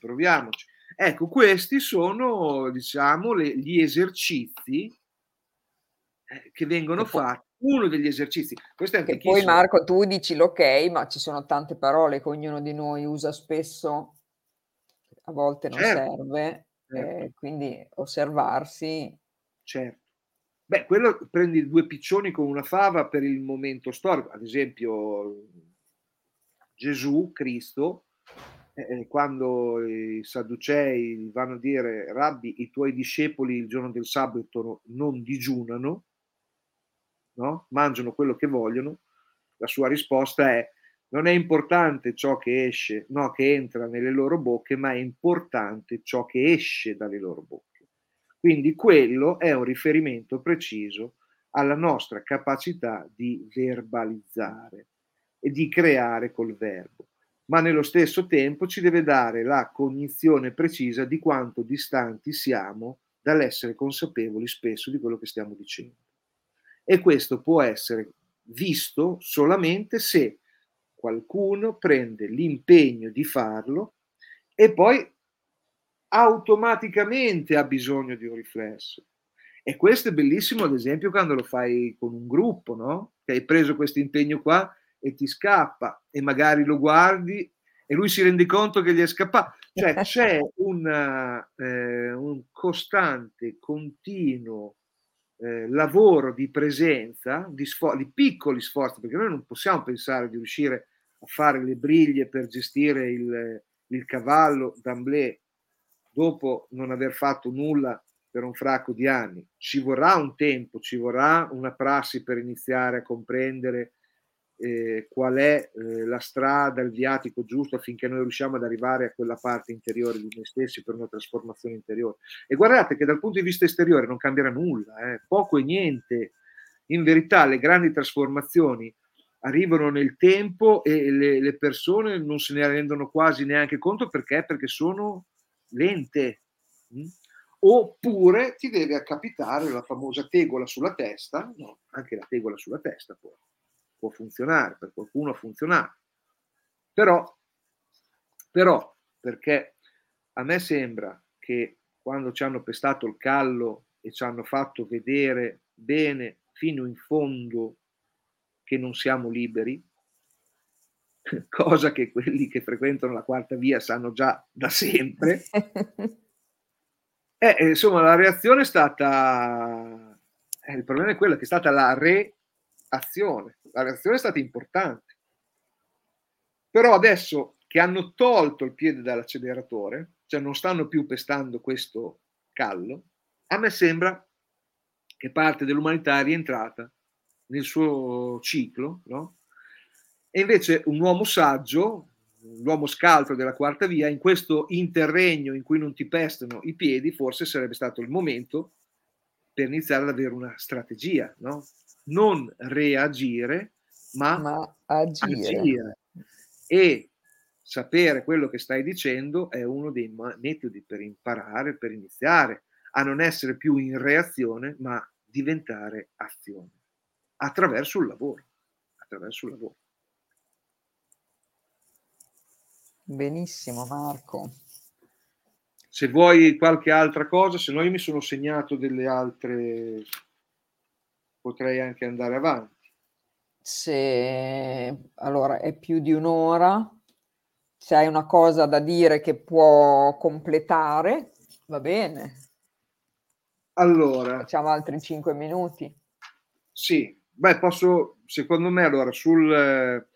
Ecco, questi sono, diciamo, gli esercizi che vengono Che poi, fatti, uno degli esercizi, questo è che poi antichissimo. Marco, tu dici l'ok, ma ci sono tante parole che ognuno di noi usa spesso, a volte non Certo, serve, certo, quindi osservarsi. certo. Beh, quello prendi due piccioni con una fava per il momento storico, ad esempio Gesù Cristo, quando i Sadducei vanno a dire: Rabbi, i tuoi discepoli il giorno del sabato non digiunano, no? Mangiano quello che vogliono, la sua risposta è: non è importante ciò che esce, no, che entra nelle loro bocche, ma è importante ciò che esce dalle loro bocche. Quindi quello è un riferimento preciso alla nostra capacità di verbalizzare e di creare col verbo, ma nello stesso tempo ci deve dare la cognizione precisa di quanto distanti siamo dall'essere consapevoli spesso di quello che stiamo dicendo. E questo può essere visto solamente se qualcuno prende l'impegno di farlo e poi automaticamente ha bisogno di un riflesso. E questo è bellissimo, ad esempio, quando lo fai con un gruppo, no? Che hai preso questo impegno qua e ti scappa e magari lo guardi e lui si rende conto che gli è scappato. Cioè c'è un costante, continuo lavoro di presenza, di piccoli sforzi, perché noi non possiamo pensare di riuscire a fare le briglie per gestire il cavallo d'amblè dopo non aver fatto nulla per un fracco di anni. Ci vorrà un tempo, ci vorrà una prassi per iniziare a comprendere qual è la strada, il viatico giusto affinché noi riusciamo ad arrivare a quella parte interiore di noi stessi per una trasformazione interiore. E guardate che dal punto di vista esteriore non cambierà nulla, poco e niente. In verità le grandi trasformazioni arrivano nel tempo e le persone non se ne rendono quasi neanche conto perché sono lente. Oppure ti deve accapitare la famosa tegola sulla testa, no, anche la tegola sulla testa può funzionare, per qualcuno ha funzionato, però, perché a me sembra che quando ci hanno pestato il callo e ci hanno fatto vedere bene fino in fondo che non siamo liberi, cosa che quelli che frequentano la quarta via sanno già da sempre, insomma la reazione è stata, il problema è quello che è stata la reazione, la reazione è stata importante. Però adesso che hanno tolto il piede dall'acceleratore, cioè non stanno più pestando questo callo, a me sembra che parte dell'umanità è rientrata nel suo ciclo, no? E invece un uomo saggio, l'uomo scaltro della quarta via, in questo interregno in cui non ti pestano i piedi, forse sarebbe stato il momento per iniziare ad avere una strategia, no? Non reagire, ma Ma agire. agire. E sapere quello che stai dicendo è uno dei metodi per imparare, per iniziare a non essere più in reazione, ma diventare azione attraverso il lavoro. Attraverso il lavoro. Benissimo, Marco. Se vuoi qualche altra cosa, se no io mi sono segnato delle altre, potrei anche andare avanti. Se allora è più di un'ora, se hai una cosa da dire che può completare, va bene. Allora, Facciamo altri 5 minuti. sì, beh, posso, secondo me, allora, sul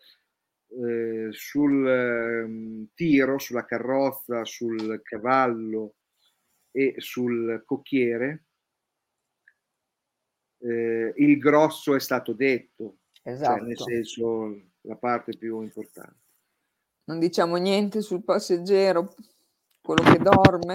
tiro, sulla carrozza, sul cavallo e sul cocchiere, il grosso è stato detto, cioè nel Esatto. senso la parte più importante. Non diciamo niente sul passeggero, quello che dorme.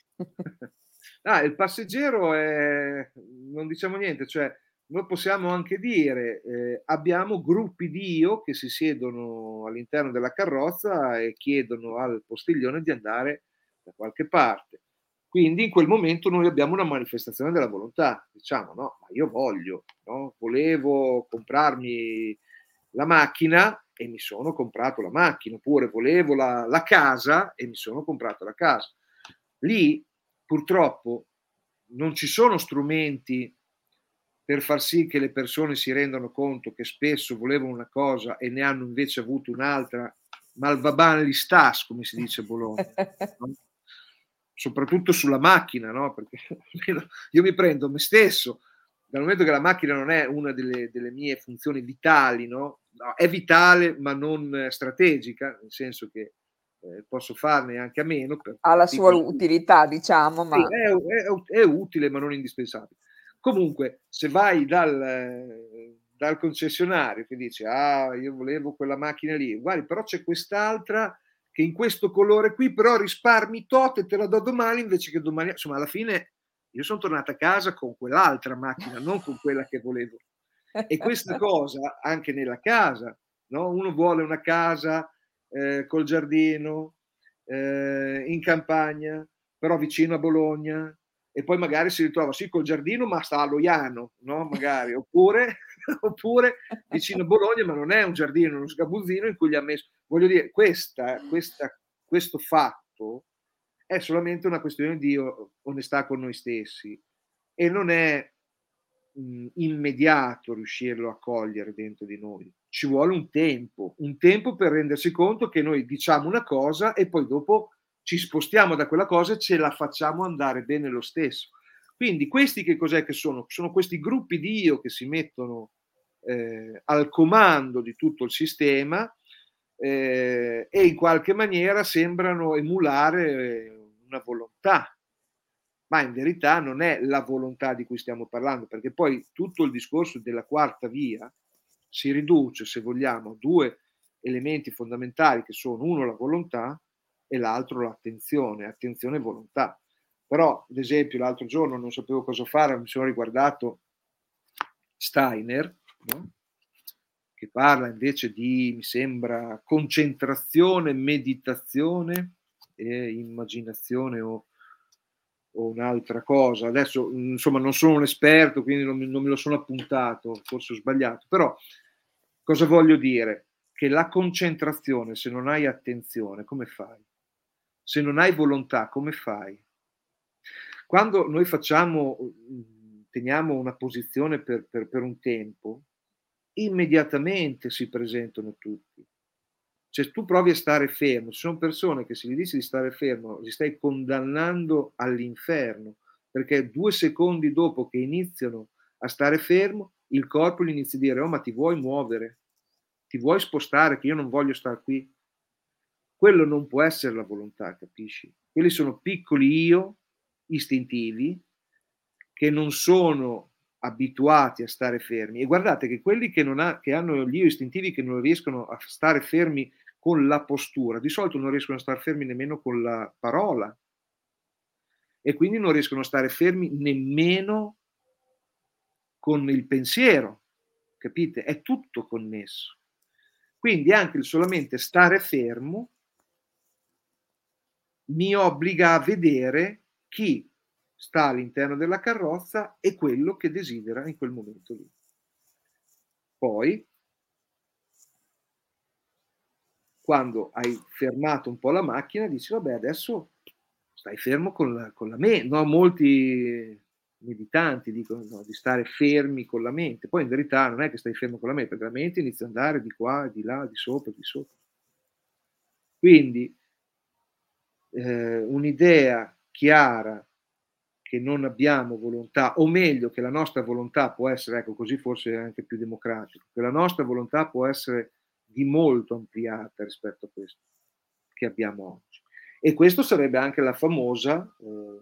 Il passeggero è, non diciamo niente, cioè noi possiamo anche dire abbiamo gruppi di io che si siedono all'interno della carrozza e chiedono al postiglione di andare da qualche parte. Quindi in quel momento noi abbiamo una manifestazione della volontà, diciamo no, ma io voglio, no? Volevo comprarmi la macchina e mi sono comprato la macchina, oppure volevo la casa e mi sono comprato la casa. Lì purtroppo non ci sono strumenti per far sì che le persone si rendano conto che spesso volevano una cosa e ne hanno invece avuto un'altra, malvaban li stas, come si dice a Bologna, no? Soprattutto sulla macchina, no? Perché io mi prendo me stesso, dal momento che la macchina non è una delle mie funzioni vitali, no? No, è vitale ma non strategica, nel senso che posso farne anche a meno. Ha la sua utilità, diciamo, sì, ma... è utile ma non indispensabile. Comunque, se vai dal concessionario che dice io volevo quella macchina lì, guardi, però c'è quest'altra che in questo colore qui, però risparmi tot e te la do domani invece che domani. Insomma, alla fine io sono tornata a casa con quell'altra macchina, non con quella che volevo. E questa cosa anche nella casa, no? Uno vuole una casa col giardino, in campagna, però vicino a Bologna, e poi magari si ritrova sì col giardino ma sta a Loiano, no? Magari, oppure vicino a Bologna ma non è un giardino, è uno sgabuzzino in cui gli ha messo, voglio dire, questo fatto è solamente una questione di onestà con noi stessi e non è immediato riuscirlo a cogliere dentro di noi. Ci vuole un tempo per rendersi conto che noi diciamo una cosa e poi dopo ci spostiamo da quella cosa e ce la facciamo andare bene lo stesso. Quindi questi che cos'è che sono? Sono questi gruppi di io che si mettono al comando di tutto il sistema e in qualche maniera sembrano emulare una volontà, ma in verità non è la volontà di cui stiamo parlando, perché poi tutto il discorso della quarta via si riduce, se vogliamo, a due elementi fondamentali che sono uno la volontà e l'altro l'attenzione, attenzione e volontà. Però, ad esempio, l'altro giorno non sapevo cosa fare, mi sono riguardato Steiner, no? Che parla invece di, mi sembra, concentrazione, meditazione e immaginazione o un'altra cosa. Adesso, insomma, non sono un esperto, quindi non me lo sono appuntato, forse ho sbagliato, però cosa voglio dire? Che la concentrazione, se non hai attenzione, come fai? Se non hai volontà, come fai? Quando noi teniamo una posizione per un tempo, immediatamente si presentano tutti. Se tu provi a stare fermo, ci sono persone che se gli dici di stare fermo, li stai condannando all'inferno, perché 2 secondi dopo che iniziano a stare fermo, il corpo gli inizia a dire: oh, ma ti vuoi muovere? Ti vuoi spostare? Che io non voglio stare qui. Quello non può essere la volontà, capisci? Quelli sono piccoli io istintivi che non sono abituati a stare fermi. E guardate che quelli che hanno gli io istintivi che non riescono a stare fermi con la postura, di solito non riescono a stare fermi nemmeno con la parola e quindi non riescono a stare fermi nemmeno con il pensiero, capite? È tutto connesso. Quindi anche il solamente stare fermo mi obbliga a vedere chi sta all'interno della carrozza e quello che desidera in quel momento lì. Poi, quando hai fermato un po' la macchina, dici: vabbè, adesso stai fermo con la mente. No, molti meditanti dicono no, di stare fermi con la mente. Poi in verità non è che stai fermo con la mente, perché la mente inizia ad andare di qua, di là, di sopra, di sotto. Quindi un'idea chiara che non abbiamo volontà, o meglio che la nostra volontà può essere, ecco così forse è anche più democratico, che la nostra volontà può essere di molto ampliata rispetto a questo che abbiamo oggi. E questo sarebbe anche la famosa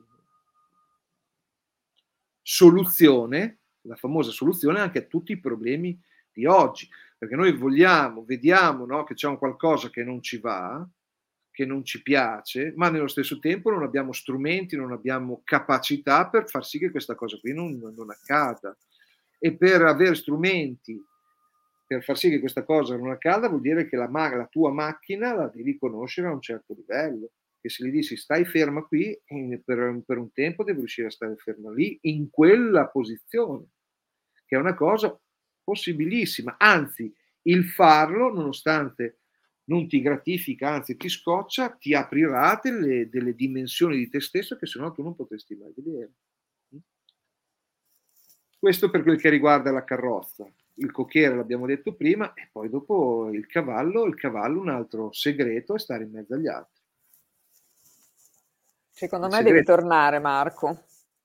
soluzione anche a tutti i problemi di oggi, perché noi vediamo no, che c'è un qualcosa che non ci va, che non ci piace, ma nello stesso tempo non abbiamo strumenti, non abbiamo capacità per far sì che questa cosa qui non accada. E per avere strumenti per far sì che questa cosa non accada vuol dire che la tua macchina la devi conoscere a un certo livello, che se gli dici stai ferma qui, per un tempo devi riuscire a stare ferma lì, in quella posizione, che è una cosa possibilissima, anzi il farlo, nonostante non ti gratifica, anzi ti scoccia, ti aprirà delle dimensioni di te stesso che sennò tu non potresti mai vedere. Questo per quel che riguarda la carrozza. Il cocchiere l'abbiamo detto prima, e poi dopo il cavallo un altro segreto è stare in mezzo agli altri. Secondo Il me devi segreto. tornare, Marco.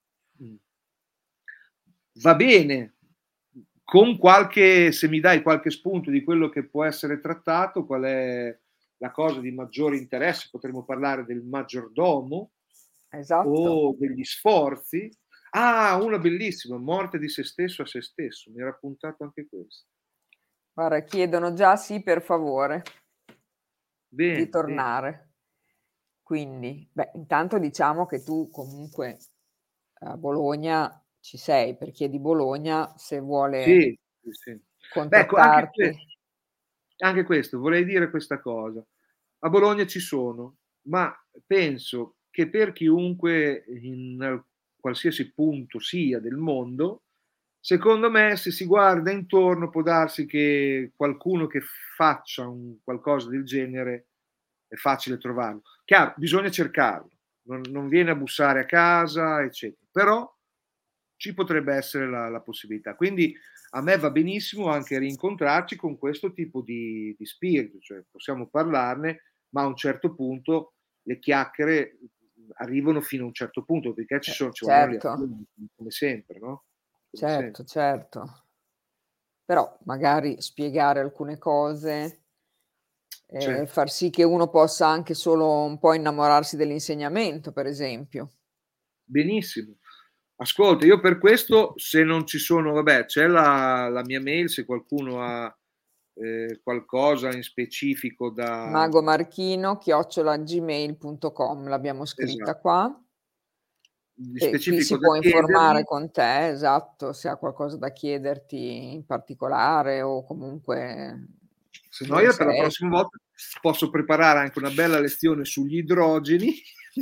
Va bene, con qualche, se mi dai qualche spunto di quello che può essere trattato, qual è la cosa di maggiore interesse, potremmo parlare del maggiordomo Esatto. o degli sforzi. Ah, una bellissima, morte di se stesso a se stesso, mi era appuntato anche questo. Guarda, chiedono già sì, per favore, di Bene, bene. tornare. Quindi, intanto diciamo che tu comunque a Bologna ci sei, per chi è di Bologna, se vuole Sì, sì, sì. Beh, ecco, contattarti. anche questo, vorrei dire questa cosa. A Bologna ci sono, ma penso che per chiunque in qualsiasi punto sia del mondo, secondo me, se si guarda intorno, può darsi che qualcuno che faccia qualcosa del genere è facile trovarlo. Chiaro, bisogna cercarlo, non viene a bussare a casa, eccetera. Però ci potrebbe essere la possibilità. Quindi a me va benissimo anche rincontrarci con questo tipo di spirito, cioè possiamo parlarne, ma a un certo punto le chiacchiere arrivano fino a un certo punto, perché ci vogliono le Certo, azioni, come sempre, no? Come sempre. certo, certo. Però magari spiegare alcune cose, Certo, far sì che uno possa anche solo un po' innamorarsi dell'insegnamento, per esempio. benissimo. Ascolta, io per questo, se non ci sono, vabbè, c'è la mia mail, se qualcuno ha qualcosa in specifico da... magomarchino@gmail.com, l'abbiamo scritta Esatto, qua. di E qui specifico si da può informare chiedermi. con te, esatto, se ha qualcosa da chiederti in particolare o comunque Se no, dove io per la sei. prossima volta posso preparare anche una bella lezione sugli idrogeni.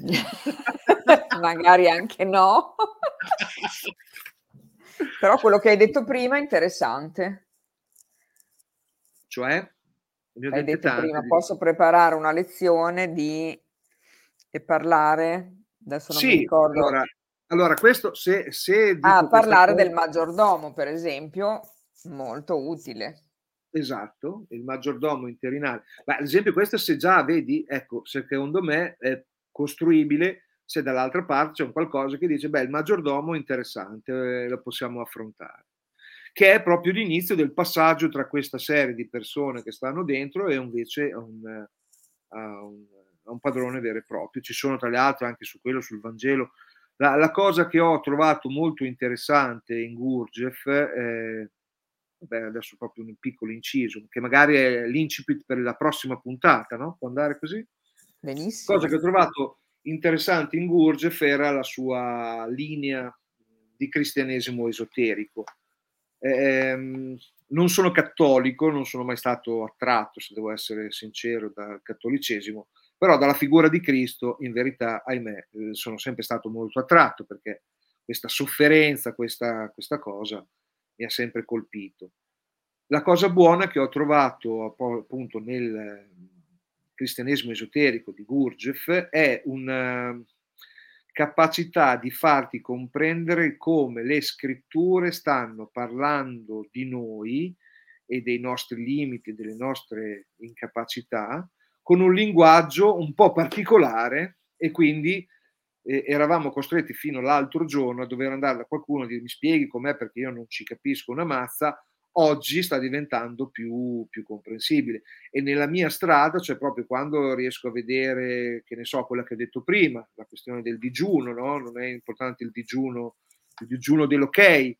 Magari anche no. Però quello che hai detto prima è interessante. Cioè, ne ho Hai dette detto tante prima: di... "Posso preparare una lezione di" e parlare adesso non mi Sì, ricordo. allora questo, se dico questa Parlare cosa, del maggiordomo, per esempio, molto utile. esatto, il maggiordomo interinale. Ma ad esempio questo, se già vedi, ecco, secondo me è costruibile se dall'altra parte c'è un qualcosa che dice, beh, il maggiordomo è interessante, lo possiamo affrontare. Che è proprio l'inizio del passaggio tra questa serie di persone che stanno dentro e invece a un, a un padrone vero e proprio. Ci sono tra le altre anche su quello, sul Vangelo. La cosa che ho trovato molto interessante in Gurdjieff, beh, adesso proprio un piccolo inciso, che magari è l'incipit per la prossima puntata, no? Può andare così? Cosa che Benissimo. ho trovato interessante in Gurdjieff era la sua linea di cristianesimo esoterico. Ehm, non sono cattolico, non sono mai stato attratto, se devo essere sincero, dal cattolicesimo, però dalla figura di Cristo, in verità, ahimè, sono sempre stato molto attratto, perché questa sofferenza, questa cosa mi ha sempre colpito. La cosa buona che ho trovato appunto nel cristianesimo esoterico di Gurdjieff è una capacità di farti comprendere come le scritture stanno parlando di noi e dei nostri limiti, delle nostre incapacità, con un linguaggio un po' particolare, e quindi eravamo costretti fino all'altro giorno a dover andare da qualcuno a dire mi spieghi com'è perché io non ci capisco una mazza. Oggi sta diventando più comprensibile, e nella mia strada, cioè proprio quando riesco a vedere, che ne so, quella che ho detto prima, la questione del digiuno, no? Non è importante il digiuno dell'ok,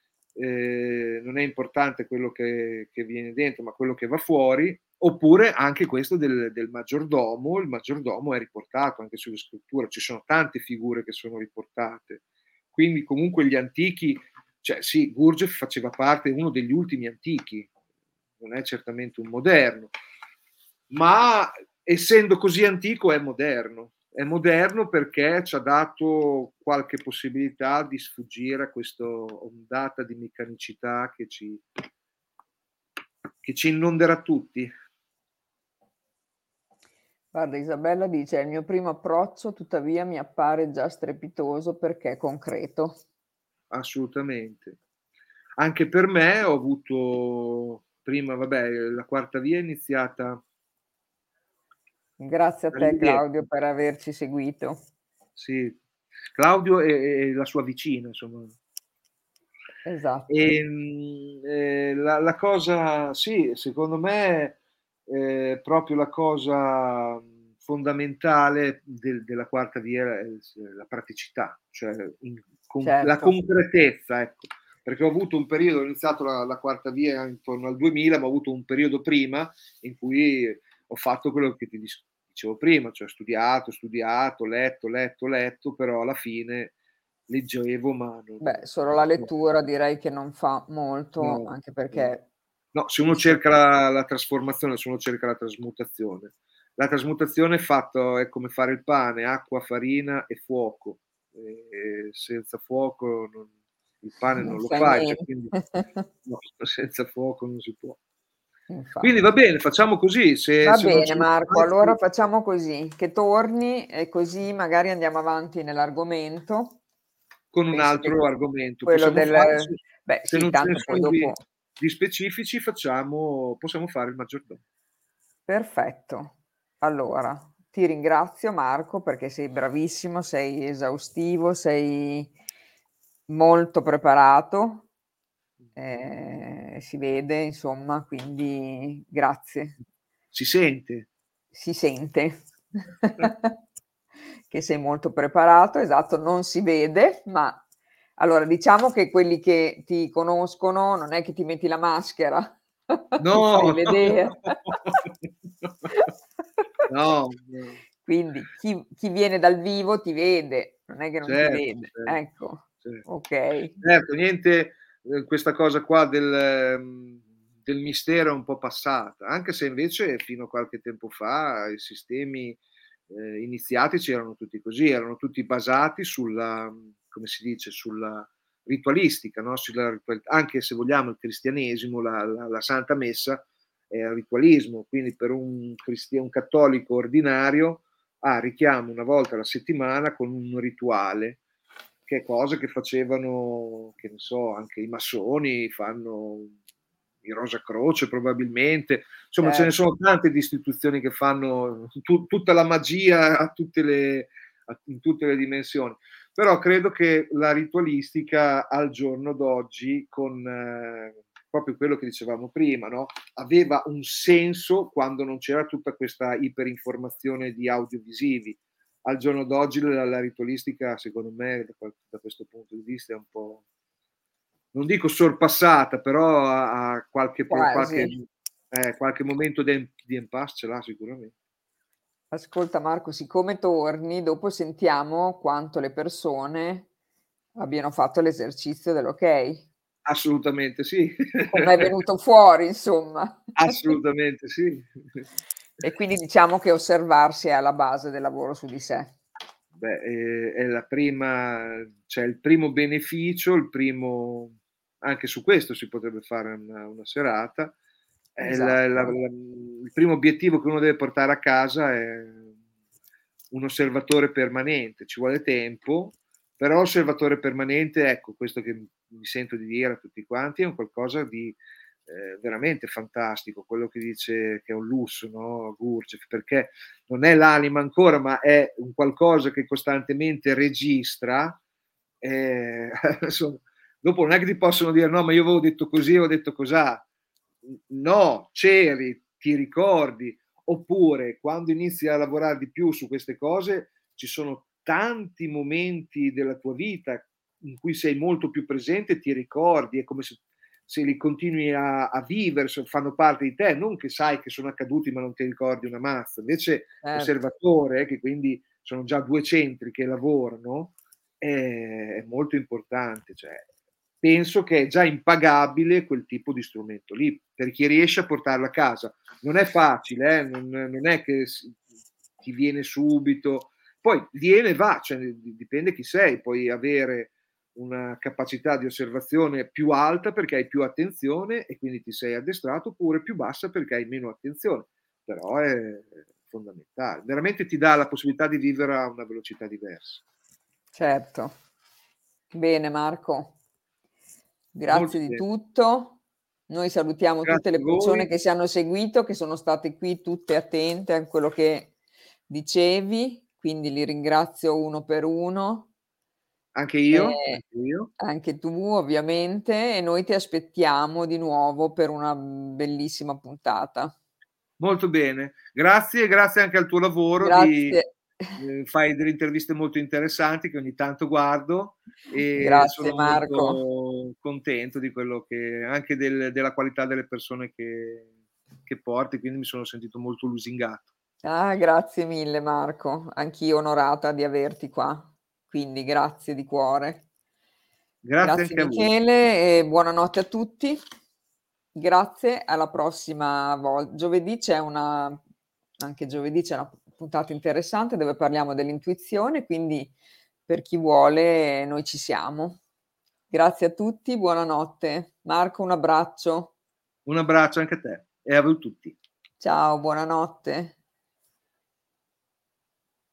non è importante quello che viene dentro, ma quello che va fuori. Oppure anche questo del maggiordomo. Il maggiordomo è riportato anche sulle scritture, ci sono tante figure che sono riportate, quindi comunque gli antichi, cioè sì, Gurdjieff faceva parte, uno degli ultimi antichi, non è certamente un moderno, ma essendo così antico è moderno perché ci ha dato qualche possibilità di sfuggire a questa ondata di meccanicità che ci inonderà tutti. Guarda, Isabella dice: "Il mio primo approccio, tuttavia, mi appare già strepitoso perché concreto". Assolutamente. anche per me ho avuto prima, vabbè, la quarta via è iniziata Grazie a te all'indietro. Claudio per averci seguito. Sì, Claudio e la sua vicina, insomma. Esatto, La cosa, sì, secondo me, proprio la cosa fondamentale della quarta via è la praticità, cioè la certo. concretezza, ecco. Perché ho avuto un periodo, ho iniziato la quarta via intorno al 2000, ma ho avuto un periodo prima in cui ho fatto quello che ti dicevo prima, cioè studiato, letto, però alla fine leggevo, ma Beh, solo la no, lettura direi che non fa molto, no, anche no. perché No, se ti uno se cerca la trasformazione, se uno cerca la trasmutazione è come fare il pane, acqua, farina e fuoco. E senza fuoco il pane non non lo fai fai, cioè, niente. quindi no, senza fuoco non si può. Quindi va Infatti. bene, facciamo così, Va se non bene ce ne sono Marco, allora altri, facciamo così, che torni e così magari andiamo avanti nell'argomento. con un Penso che altro argomento. quello Possiamo fare, del beh se sì, non ce ne tanto poi sono dopo di specifici, possiamo fare il maggiordomo. perfetto. Allora, ti ringrazio Marco perché sei bravissimo, sei esaustivo, sei molto preparato, si vede insomma, quindi grazie. Si sente? Si sente che sei molto preparato, esatto, non si vede, ma allora diciamo che quelli che ti conoscono non è che ti metti la maschera, ti fai No, vedere. no, no, Quindi chi viene dal vivo ti vede, non è che non ti certo, vede. certo, Ecco, certo. okay. Certo, niente, questa cosa qua del mistero è un po' passata, anche se invece fino a qualche tempo fa i sistemi iniziatici erano tutti così, erano tutti basati sulla, come si dice, sulla ritualistica, no? Anche se vogliamo il cristianesimo, la Santa Messa è ritualismo, quindi per un cattolico ordinario richiamo una volta alla settimana con un rituale, che è cosa che facevano, che ne so, anche i massoni fanno, i Rosa Croce probabilmente, insomma ce ne Certo. sono tante di istituzioni che fanno tutta la magia in tutte le dimensioni, però credo che la ritualistica al giorno d'oggi, con proprio quello che dicevamo prima, no? Aveva un senso quando non c'era tutta questa iperinformazione di audiovisivi. Al giorno d'oggi la ritualistica, secondo me, da questo punto di vista è un po', non dico sorpassata, però ha Quasi. qualche momento di impasse ce l'ha sicuramente. Ascolta Marco, siccome torni, dopo sentiamo quanto le persone abbiano fatto l'esercizio dell'okay. Assolutamente sì. Com'è venuto fuori insomma. Assolutamente sì. E quindi diciamo che osservarsi è alla base del lavoro su di sé. Beh, è la prima, cioè il primo beneficio, anche su questo si potrebbe fare una serata. Esatto, Il primo obiettivo che uno deve portare a casa è un osservatore permanente, ci vuole tempo, però osservatore permanente, ecco, questo che mi sento di dire a tutti quanti, è un qualcosa di veramente fantastico, quello che dice che è un lusso, no? Gurdjieff, perché non è l'anima ancora, ma è un qualcosa che costantemente registra. Insomma, dopo non è che ti possono dire no, ma io avevo detto così, avevo detto cos'ha. No, c'eri, ti ricordi, oppure quando inizi a lavorare di più su queste cose ci sono tanti momenti della tua vita in cui sei molto più presente e ti ricordi, è come se li continui a vivere, fanno parte di te, non che sai che sono accaduti ma non ti ricordi una mazza. Invece certo. l'osservatore, che quindi sono già due centri che lavorano, è molto importante. Cioè, penso che è già impagabile quel tipo di strumento lì, per chi riesce a portarlo a casa. Non è facile, non è che ti viene subito, poi viene e va, cioè, dipende chi sei, puoi avere una capacità di osservazione più alta perché hai più attenzione e quindi ti sei addestrato, oppure più bassa perché hai meno attenzione, però è fondamentale, veramente ti dà la possibilità di vivere a una velocità diversa. Certo. Bene Marco. Grazie Molto di bene. tutto. Noi salutiamo tutte Grazie le a persone voi. che ci hanno seguito, che sono state qui tutte attente a quello che dicevi, quindi li ringrazio uno per uno. Anche io, Ehm, anche io. Anche tu ovviamente, e noi ti aspettiamo di nuovo per una bellissima puntata. Molto bene. Grazie e grazie anche al tuo lavoro Grazie. fai delle interviste molto interessanti che ogni tanto guardo e Grazie sono Marco. molto contento di quello che anche della qualità delle persone che porti, quindi mi sono sentito molto lusingato. Ah, grazie mille Marco, anch'io onorata di averti qua, quindi grazie di cuore. Grazie Grazie anche a voi. Michele e buonanotte a tutti. Grazie, alla prossima giovedì anche giovedì c'è una puntata interessante dove parliamo dell'intuizione, quindi per chi vuole noi ci siamo. Grazie a tutti, buonanotte. Marco, un abbraccio. Un abbraccio anche a te e a voi tutti. Ciao, buonanotte.